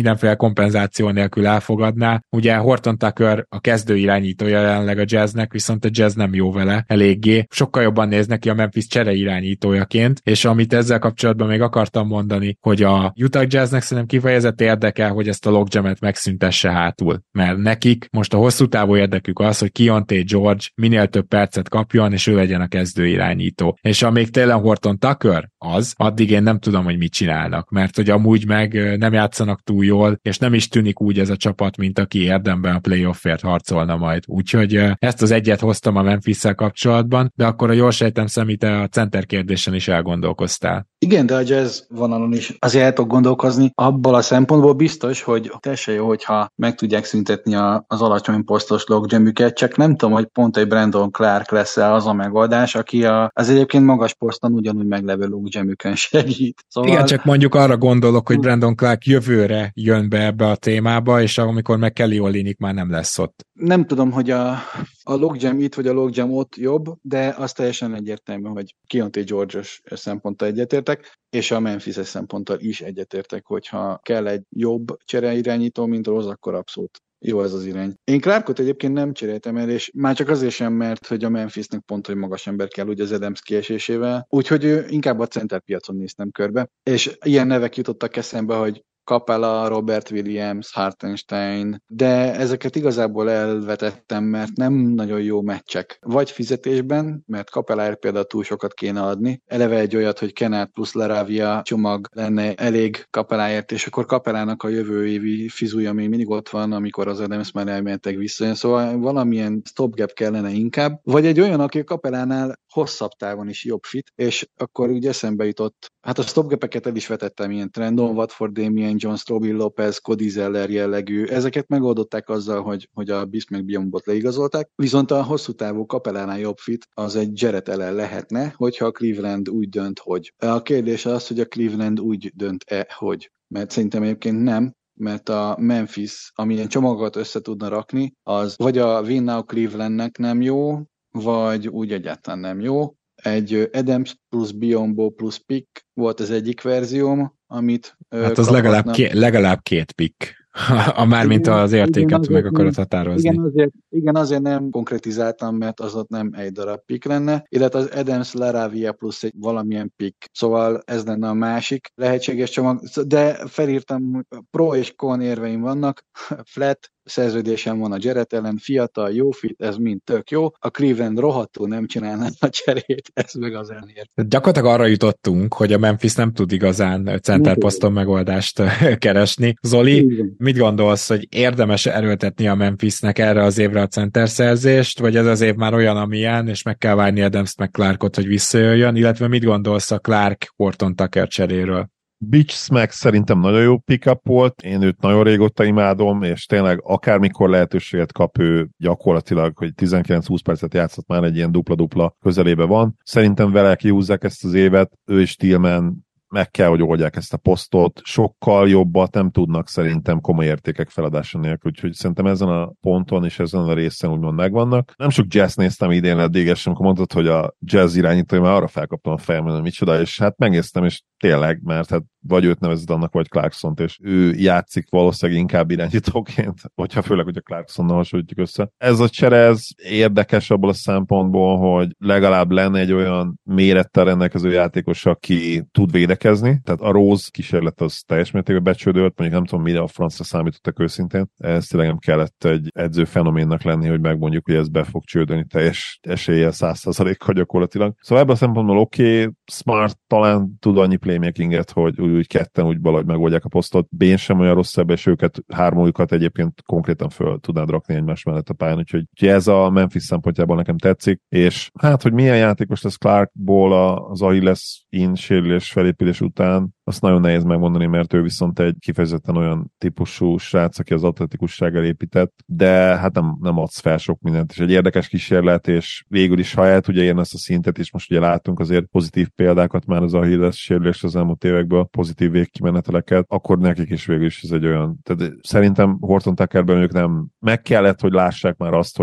mindenféle kompenzáció nélkül elfogadná. Ugye Horton Tucker a kezdő irányítója jelenleg a Jazznek, viszont a Jazz nem jó vele eléggé. Sokkal jobban néz neki a Memphis csere irányítójaként, és amit ezzel kapcsolatban még akartam mondani, hogy a Utah Jazznek szerintem kifejezett érdeke, hogy ezt a logjam-et megszüntesse hátul, mert nekik most a hosszú távú érdekük az, hogy Keontae George minél több percet kapjon, és ő legyen a kezdő irányító. És amíg Taylor Horton Tucker az, addig én nem tudom, hogy mit csinálnak, mert hogy amúgy meg nem játszanak túl jól, és nem is tűnik úgy ez a csapat, mint aki érdemben a playoffért harcolna majd. Úgyhogy ezt az egyet hoztam a Memphis-szel kapcsolatban, de akkor a jól sejtem, Szemi, te a center kérdésen is elgondolkoztál. Igen, de a Jazz vonalon is azért el tudok gondolkozni. Abból a szempontból biztos, hogy teljesen jó, hogyha meg tudják szüntetni a, az alacsony posztos logjamüket, csak nem tudom, hogy pont egy Brandon Clark lesz-e az a megoldás, aki a, az egyébként magas poszton ugyanúgy meglevő logjamükön segít. Szóval... Igen, csak mondjuk arra gondolok, hogy Brandon Clark jövőre jön be ebbe a témába, és amikor meg Kelly Olynyk már nem lesz ott. Nem tudom, hogy a, a logjam itt, vagy a logjam ott jobb, de az teljesen egyértelmű, hogy Keontae George-os szemponttal egyetértek, és a Memphis-es szemponttal is egyetértek, hogyha kell egy jobb csereirányító, mint Rose, akkor abszolút jó ez az irány. Én Clarkot egyébként nem cseréltem el, és már csak azért sem, mert hogy a Memphisnek pont, hogy magas ember kell, ugye az Adams kiesésével, úgyhogy ő inkább a centerpiacon néztem körbe, és ilyen nevek jutottak eszembe, hogy Capella, Robert Williams, Hartenstein, de ezeket igazából elvetettem, mert nem nagyon jó meccsek. Vagy fizetésben, mert Capelláért például túl sokat kéne adni. Eleve egy olyat, hogy Kennard plusz Laravia csomag lenne elég Capelláért, és akkor Capellának a jövő évi fizúja még mindig ott van, amikor az Adams már elméletek visszajön. Szóval valamilyen stopgap kellene inkább. Vagy egy olyan, aki a Capellánál hosszabb távon is jobb fit, és akkor úgy eszembe jutott, hát a stopgapeket el is vetettem, ilyen Trendon Watford, Damien Jones, Robin Lopez, Cody Zeller jellegű. Ezeket megoldották azzal, hogy, hogy a Biss meg Biombot leigazolták, viszont a hosszú távú Capellánál jobb fit az egy Jarrett Allen lehetne, hogyha a Cleveland úgy dönt, hogy. A kérdés az, hogy a Cleveland úgy dönt-e, hogy. Mert szerintem egyébként nem, mert a Memphis, amilyen csomagot össze tudna rakni, az vagy a Win Now Clevelandnek nem jó, vagy úgy egyáltalán nem jó. Egy Adams plusz Biombo plusz pick volt az egyik verzióm, amit hát az legalább, ké, legalább két pick, a mármint az értéket igen, meg akarod határozni. Igen azért, igen, azért nem konkretizáltam, mert az ott nem egy darab pick lenne, illetve az Adams Laravia plusz egy valamilyen pick. Szóval ez lenne a másik lehetséges csomag, de felírtam, hogy pro és con érveim vannak, flat, szerződésem van a Jarrett Allen, fiatal, jó fit, ez mind tök jó. A Cleveland rohadtul nem csinálná a cserét, ez meg az elért. Gyakorlatilag arra jutottunk, hogy a Memphis nem tud igazán centerposzton megoldást keresni. Zoli, igen. Mit gondolsz, hogy érdemes erőltetni a Memphisnek erre az évre a centerszerzést, vagy ez az év már olyan, amilyen, és meg kell várni Adams-t meg Clarkot, hogy visszajöjjön, illetve mit gondolsz a Clark-Horton Tucker cseréről? Beach Smack szerintem nagyon jó pick-up volt, én őt nagyon régóta imádom, és tényleg akármikor lehetőséget kap ő gyakorlatilag, hogy tizenkilenc-húsz percet játszott, már egy ilyen dupla-dupla közelébe van. Szerintem vele kihúzzák ezt az évet, ő és Tillman meg kell, hogy oldják ezt a posztot, sokkal jobbat nem tudnak szerintem komoly értékek feladása nélkül, úgyhogy szerintem ezen a ponton és ezen a részen úgymond megvannak. Nem sok jazz néztem idén eddig, és amikor mondtad, hogy a jazz irányítója, már arra felkaptam a fejemben, hogy micsoda, és hát megnéztem, és tényleg, mert hát vagy őt nevezed annak, vagy Clarksont, és ő játszik valószínűleg inkább irányítóként, hogyha főleg, hogy a Clarksonnal hasonlítjuk össze. Ez a csere, ez érdekes abból a szempontból, hogy legalább lenne egy olyan mérettel rendelkező játékos, aki tud védekezni, tehát a Rose kísérlet az teljes mértékben becsődölt, mondjuk nem tudom, mire a francra számítottak őszintén, ez tényleg nem kellett egy edző fenoménnak lenni, hogy megmondjuk, hogy ez be fog csődölni teljes eséllyel száz százalékkal gyakorlatilag. Szóval ebből a szempontból oké, okay, Smart talán tud annyi playmakinget, hogy úgy, úgy ketten úgy valahogy megoldják a posztot. Bén sem olyan rosszabb, és őket, hármójukat egyébként konkrétan föl tudnád rakni egymás mellett a pályán, úgyhogy, úgyhogy ez a Memphis szempontjából nekem tetszik, és hát, hogy milyen játékos lesz Clarkból az Achilles in sérülés felépülés után, azt nagyon nehéz megmondani, mert ő viszont egy kifejezetten olyan típusú srác, aki az atletikussággal épített, de hát nem, nem adsz fel sok mindent, és egy érdekes kísérlet, és végül is, ha el tudja érni ezt a szintet, és most ugye látunk azért pozitív példákat már az Achilles sérülés az elmúlt évekből, pozitív végkimeneteleket, akkor nekik is végül is ez egy olyan, tehát szerintem Horton Tuckerben ők nem, meg kellett, hogy lássák már azt, hogy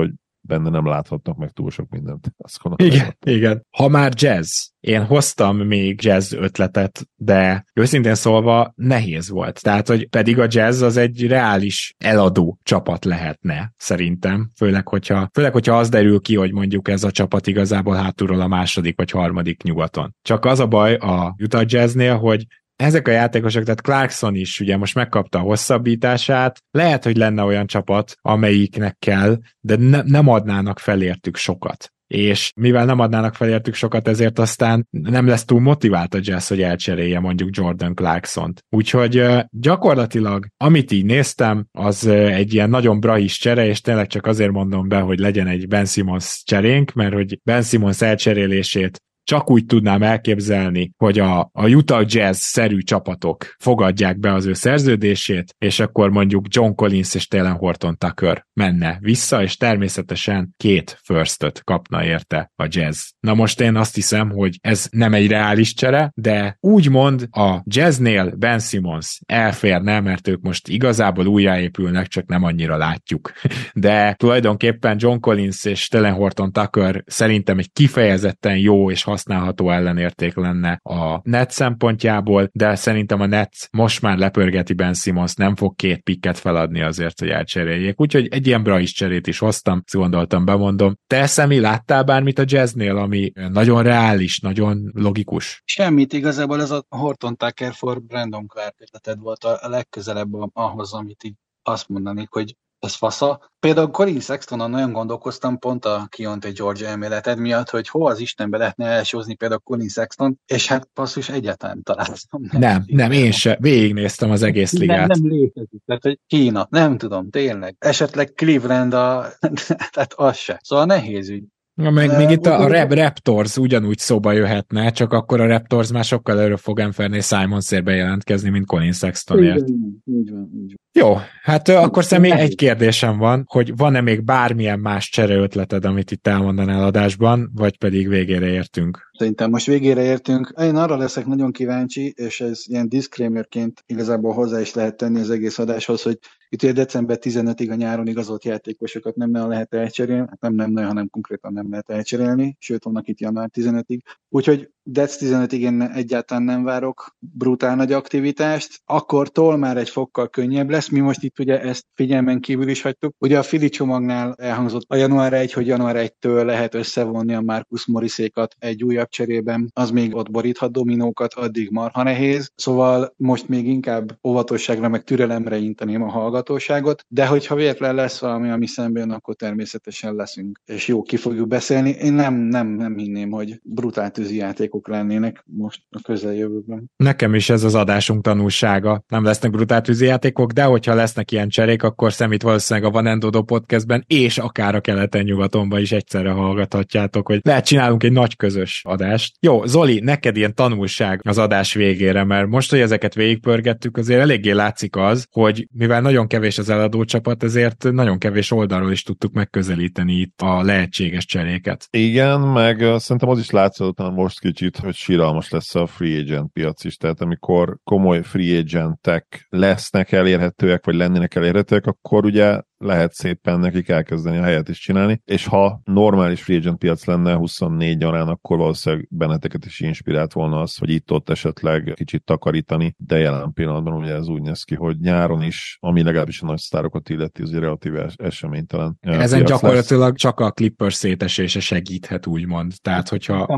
benne nem láthatnak meg túl sok mindent. Igen, igen. Ha már jazz, én hoztam még jazz ötletet, de őszintén szólva nehéz volt. Tehát, hogy pedig a jazz az egy reális eladó csapat lehetne, szerintem. Főleg, hogyha, főleg, hogyha az derül ki, hogy mondjuk ez a csapat igazából hátulról a második vagy harmadik nyugaton. Csak az a baj a Utah Jazznél, hogy ezek a játékosok, tehát Clarkson is ugye most megkapta a hosszabbítását, lehet, hogy lenne olyan csapat, amelyiknek kell, de ne, nem adnának felértük sokat. És mivel nem adnának felértük sokat, ezért aztán nem lesz túl motivált a Jazz, hogy elcserélje mondjuk Jordan Clarksont. Úgyhogy gyakorlatilag, amit így néztem, az egy ilyen nagyon brahis csere, és tényleg csak azért mondom be, hogy legyen egy Ben Simmons cserénk, mert hogy Ben Simmons elcserélését csak úgy tudnám elképzelni, hogy a, a Utah Jazz-szerű csapatok fogadják be az ő szerződését, és akkor mondjuk John Collins és Talen Horton Tucker menne vissza, és természetesen két firstöt kapna érte a Jazz. Na most én azt hiszem, hogy ez nem egy reális csere, de úgymond a Jazznél Ben Simmons elférne, mert ők most igazából újjáépülnek, csak nem annyira látjuk. De tulajdonképpen John Collins és Talen Horton Tucker szerintem egy kifejezetten jó és használható ellenérték lenne a Nets szempontjából, de szerintem a Nets most már lepörgeti Ben Simmons, nem fog két pikket feladni azért, hogy elcseréljék. Úgyhogy egy ilyen brais cserét is hoztam, gondoltam, bemondom. Te, Szemi, láttál bármit a Jazznél, ami nagyon reális, nagyon logikus? Semmit, igazából ez a Horton Tucker for Brandon Clark ötleted volt a legközelebb ahhoz, amit így azt mondanék, hogy ez fasza. Például Colin Sextonon nagyon gondolkoztam pont a Keontae George elméleted miatt, hogy hol az Istenbe lehetne elsózni például Colin Sexton, és hát passzus egyáltalán találtam. Nem, nem, nem én se. Végignéztem az egész ligát. Nem, nem létezik. Tehát, hogy Kína, nem tudom, tényleg. Esetleg Cleveland, a... tehát az se. Szóval nehéz ügy. Na, meg uh, még itt a, a Rap Raptors ugyanúgy szóba jöhetne, csak akkor a Raptors már sokkal előbb fog Anthony Simonsért bejelentkezni, mint Colin Sextonért. Így van, így van, így van. Jó, hát uh, akkor személy egy kérdésem van, hogy van-e még bármilyen más csereötleted, amit itt elmondanál adásban, vagy pedig végére értünk? Szerintem most végére értünk. Én arra leszek nagyon kíváncsi, és ez ilyen disclaimerként igazából hozzá is lehet tenni az egész adáshoz, hogy itt ugye december tizenötödikéig a nyáron igazolt játékosokat nem nagyon lehet elcserélni, hát nem nem nagyon, hanem konkrétan nem lehet elcserélni, sőt vannak itt január tizenötödikéig. Úgyhogy december tizenötödikéig én egyáltalán nem várok brutál nagy aktivitást, akkortól már egy fokkal könnyebb lesz. Mi most itt ugye ezt figyelmen kívül is hagytuk. Ugye a Fili csomagnál elhangzott a január elseje, hogy január elsejétől lehet összevonni a Marcus Morrisékat egy újabb cserében, az még ott boríthat dominókat, addig marha nehéz. Szóval most még inkább óvatosságra meg türelemre inteném a hallgatóságot, de hogyha véletlen lesz valami, ami szemben jön, akkor természetesen leszünk. És jó, ki fogjuk beszélni. Én nem, nem, nem hinném, hogy brutál tűzi játékok lennének most a közeljövőben. Nekem is ez az adásunk tanulsága. Nem lesznek brutál tűzi játékok, de hogyha lesznek ilyen cserék, akkor Szemit valószínűleg a Van and Dodo podcastben és akár a keleten-nyugatonban is egyszerre hallgathatjátok, hogy lehet csinálunk egy nagy közös adást. Jó, Zoli, neked ilyen tanulság az adás végére, mert most, hogy ezeket végigpörgettük, azért eléggé látszik az, hogy mivel nagyon kevés az eladó csapat, ezért nagyon kevés oldalról is tudtuk megközelíteni itt a lehetséges cseréket. Igen, meg uh, szerintem az is látszott most kicsit, hogy síralmas lesz a free agent piac is, tehát amikor komoly free agentek lesznek elérhetőek, vagy lennének elérhetőek, akkor ugye lehet szépen nekik elkezdeni a helyet is csinálni, és ha normális free agent piac lenne huszonnégy nyarán, akkor valószínűleg benneteket is inspirált volna az, hogy itt-ott esetleg kicsit takarítani, de jelen pillanatban ugye ez úgy néz ki, hogy nyáron is, ami legalábbis a nagy sztárokat illeti, az egy relatív es- eseménytelen. Ezen gyakorlatilag lesz. Csak a Clippers szétesése segíthet, úgymond. Tehát, hogyha...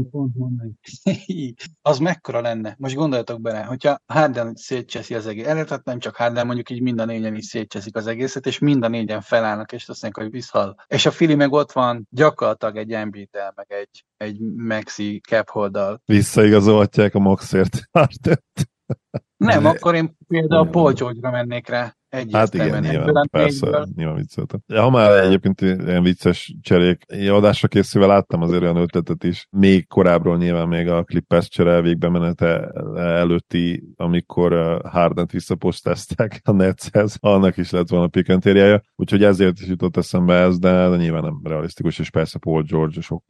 Az mekkora lenne? Most gondoljatok bele, hogyha Harden szétcseszi az egész, tehát nem csak Harden, mondjuk így mind a négyen is szétcseszik az egészet, és mind a négyen felállnak, és azt mondják, hogy visszhal. És a Fili meg ott van gyakorlatilag egy Embiiddel, meg egy, egy Maxi Cap-holdal. Visszaigazolhatják a Maxért Hardent. Nem, de... akkor én például Paul George-ra mennék rá. Hát igen, nyilván, persze, nyilván vicceltem. De ha már egyébként ilyen vicces cserék, adásra készülve láttam azért olyan ötletet is, még korábbról nyilván még a Clippers csere végbemenete előtti, amikor Hardent visszapostázták a Netshez, annak is lett volna pikantériája, úgyhogy ezért is jutott eszembe ez, de, de nyilván nem realisztikus, és persze Paul George sokkal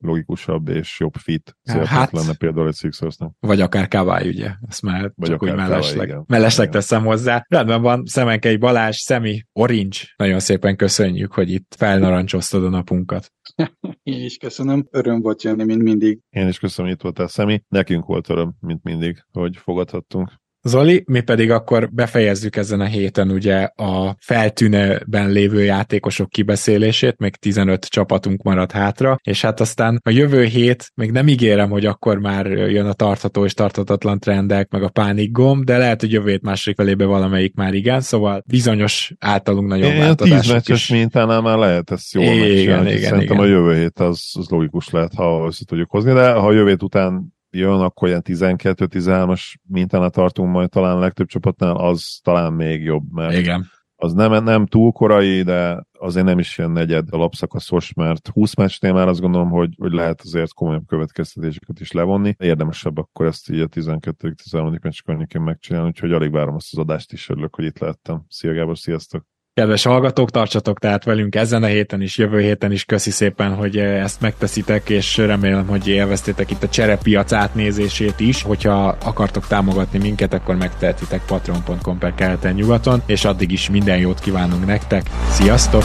logikusabb és jobb fit célpont hát, lenne például egy Sixersnek. Vagy akár Kawhi, ugye? Ezt már vagy csak úgy mellesleg, Kawhi, mellesleg teszem hozzá. Rendben van, Szemenkei Balázs, Szemi, Orange. Nagyon szépen köszönjük, hogy itt felnarancsoztad a napunkat. Én is köszönöm. Öröm volt jönni, mint mindig. Én is köszönöm, hogy itt voltál, Szemi. Nekünk volt öröm, mint mindig, hogy fogadhattunk. Zoli, mi pedig akkor befejezzük ezen a héten ugye a feltűnőben lévő játékosok kibeszélését, még tizenöt csapatunk marad hátra, és hát aztán a jövő hét, még nem ígérem, hogy akkor már jön a tartható és tarthatatlan trendek, meg a pánikgomb, de lehet, hogy jövő hét második felébe valamelyik már igen, szóval bizonyos általunk nagyon változások is. tíz meccses mintánál már lehet ezt jól igen, megcsinálni. igen, Szerintem igen. a jövő hét az, az logikus lehet, ha össze tudjuk hozni, de ha a jövő hét után jön, akkor ilyen tizenkettő-tizenhármas mintánál tartunk majd talán a legtöbb csapatnál, az talán még jobb, mert igen. az nem, nem túl korai, de azért nem is ilyen negyed alapszakaszos, mert húsz meccsnél már azt gondolom, hogy, hogy lehet azért komolyabb következtetéseket is levonni. Érdemesebb akkor ezt így a tizenkettő-tizenhárom meccs környékén megcsinálni, úgyhogy alig várom azt az adást is, örülök, hogy itt lehettem. Szia Gábor, sziasztok! Kedves hallgatók, tartsatok tehát velünk ezen a héten is, jövő héten is. Köszi szépen, hogy ezt megteszitek, és remélem, hogy élveztétek itt a cserepiac átnézését is. Hogyha akartok támogatni minket, akkor megtehetitek patreon pont com per keleten-nyugaton, és addig is minden jót kívánunk nektek. Sziasztok!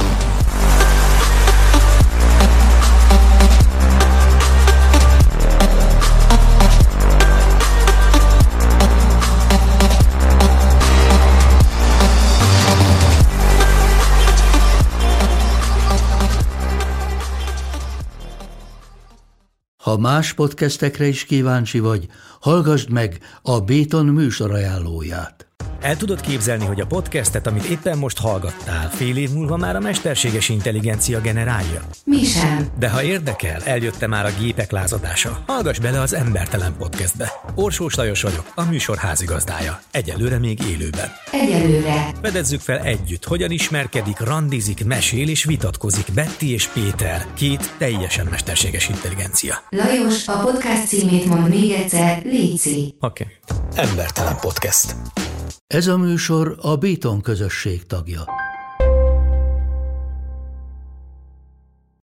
Ha más podcastekre is kíváncsi vagy, hallgassd meg a Béton műsor ajánlóját. El tudod képzelni, hogy a podcastet, amit éppen most hallgattál, fél év múlva már a mesterséges intelligencia generálja? Mi sem. De ha érdekel, eljött már a gépek lázadása. Hallgass bele az Embertelen Podcastbe. Orsós Lajos vagyok, a műsor házigazdája. Egyelőre még élőben. Egyelőre. Fedezzük fel együtt, hogyan ismerkedik, randizik, mesél és vitatkozik Betty és Péter, két teljesen mesterséges intelligencia. Lajos, a podcast címét mond még egyszer, léci. Oké. Okay. Embertelen Podcast. Ez a műsor a Béton közösség tagja.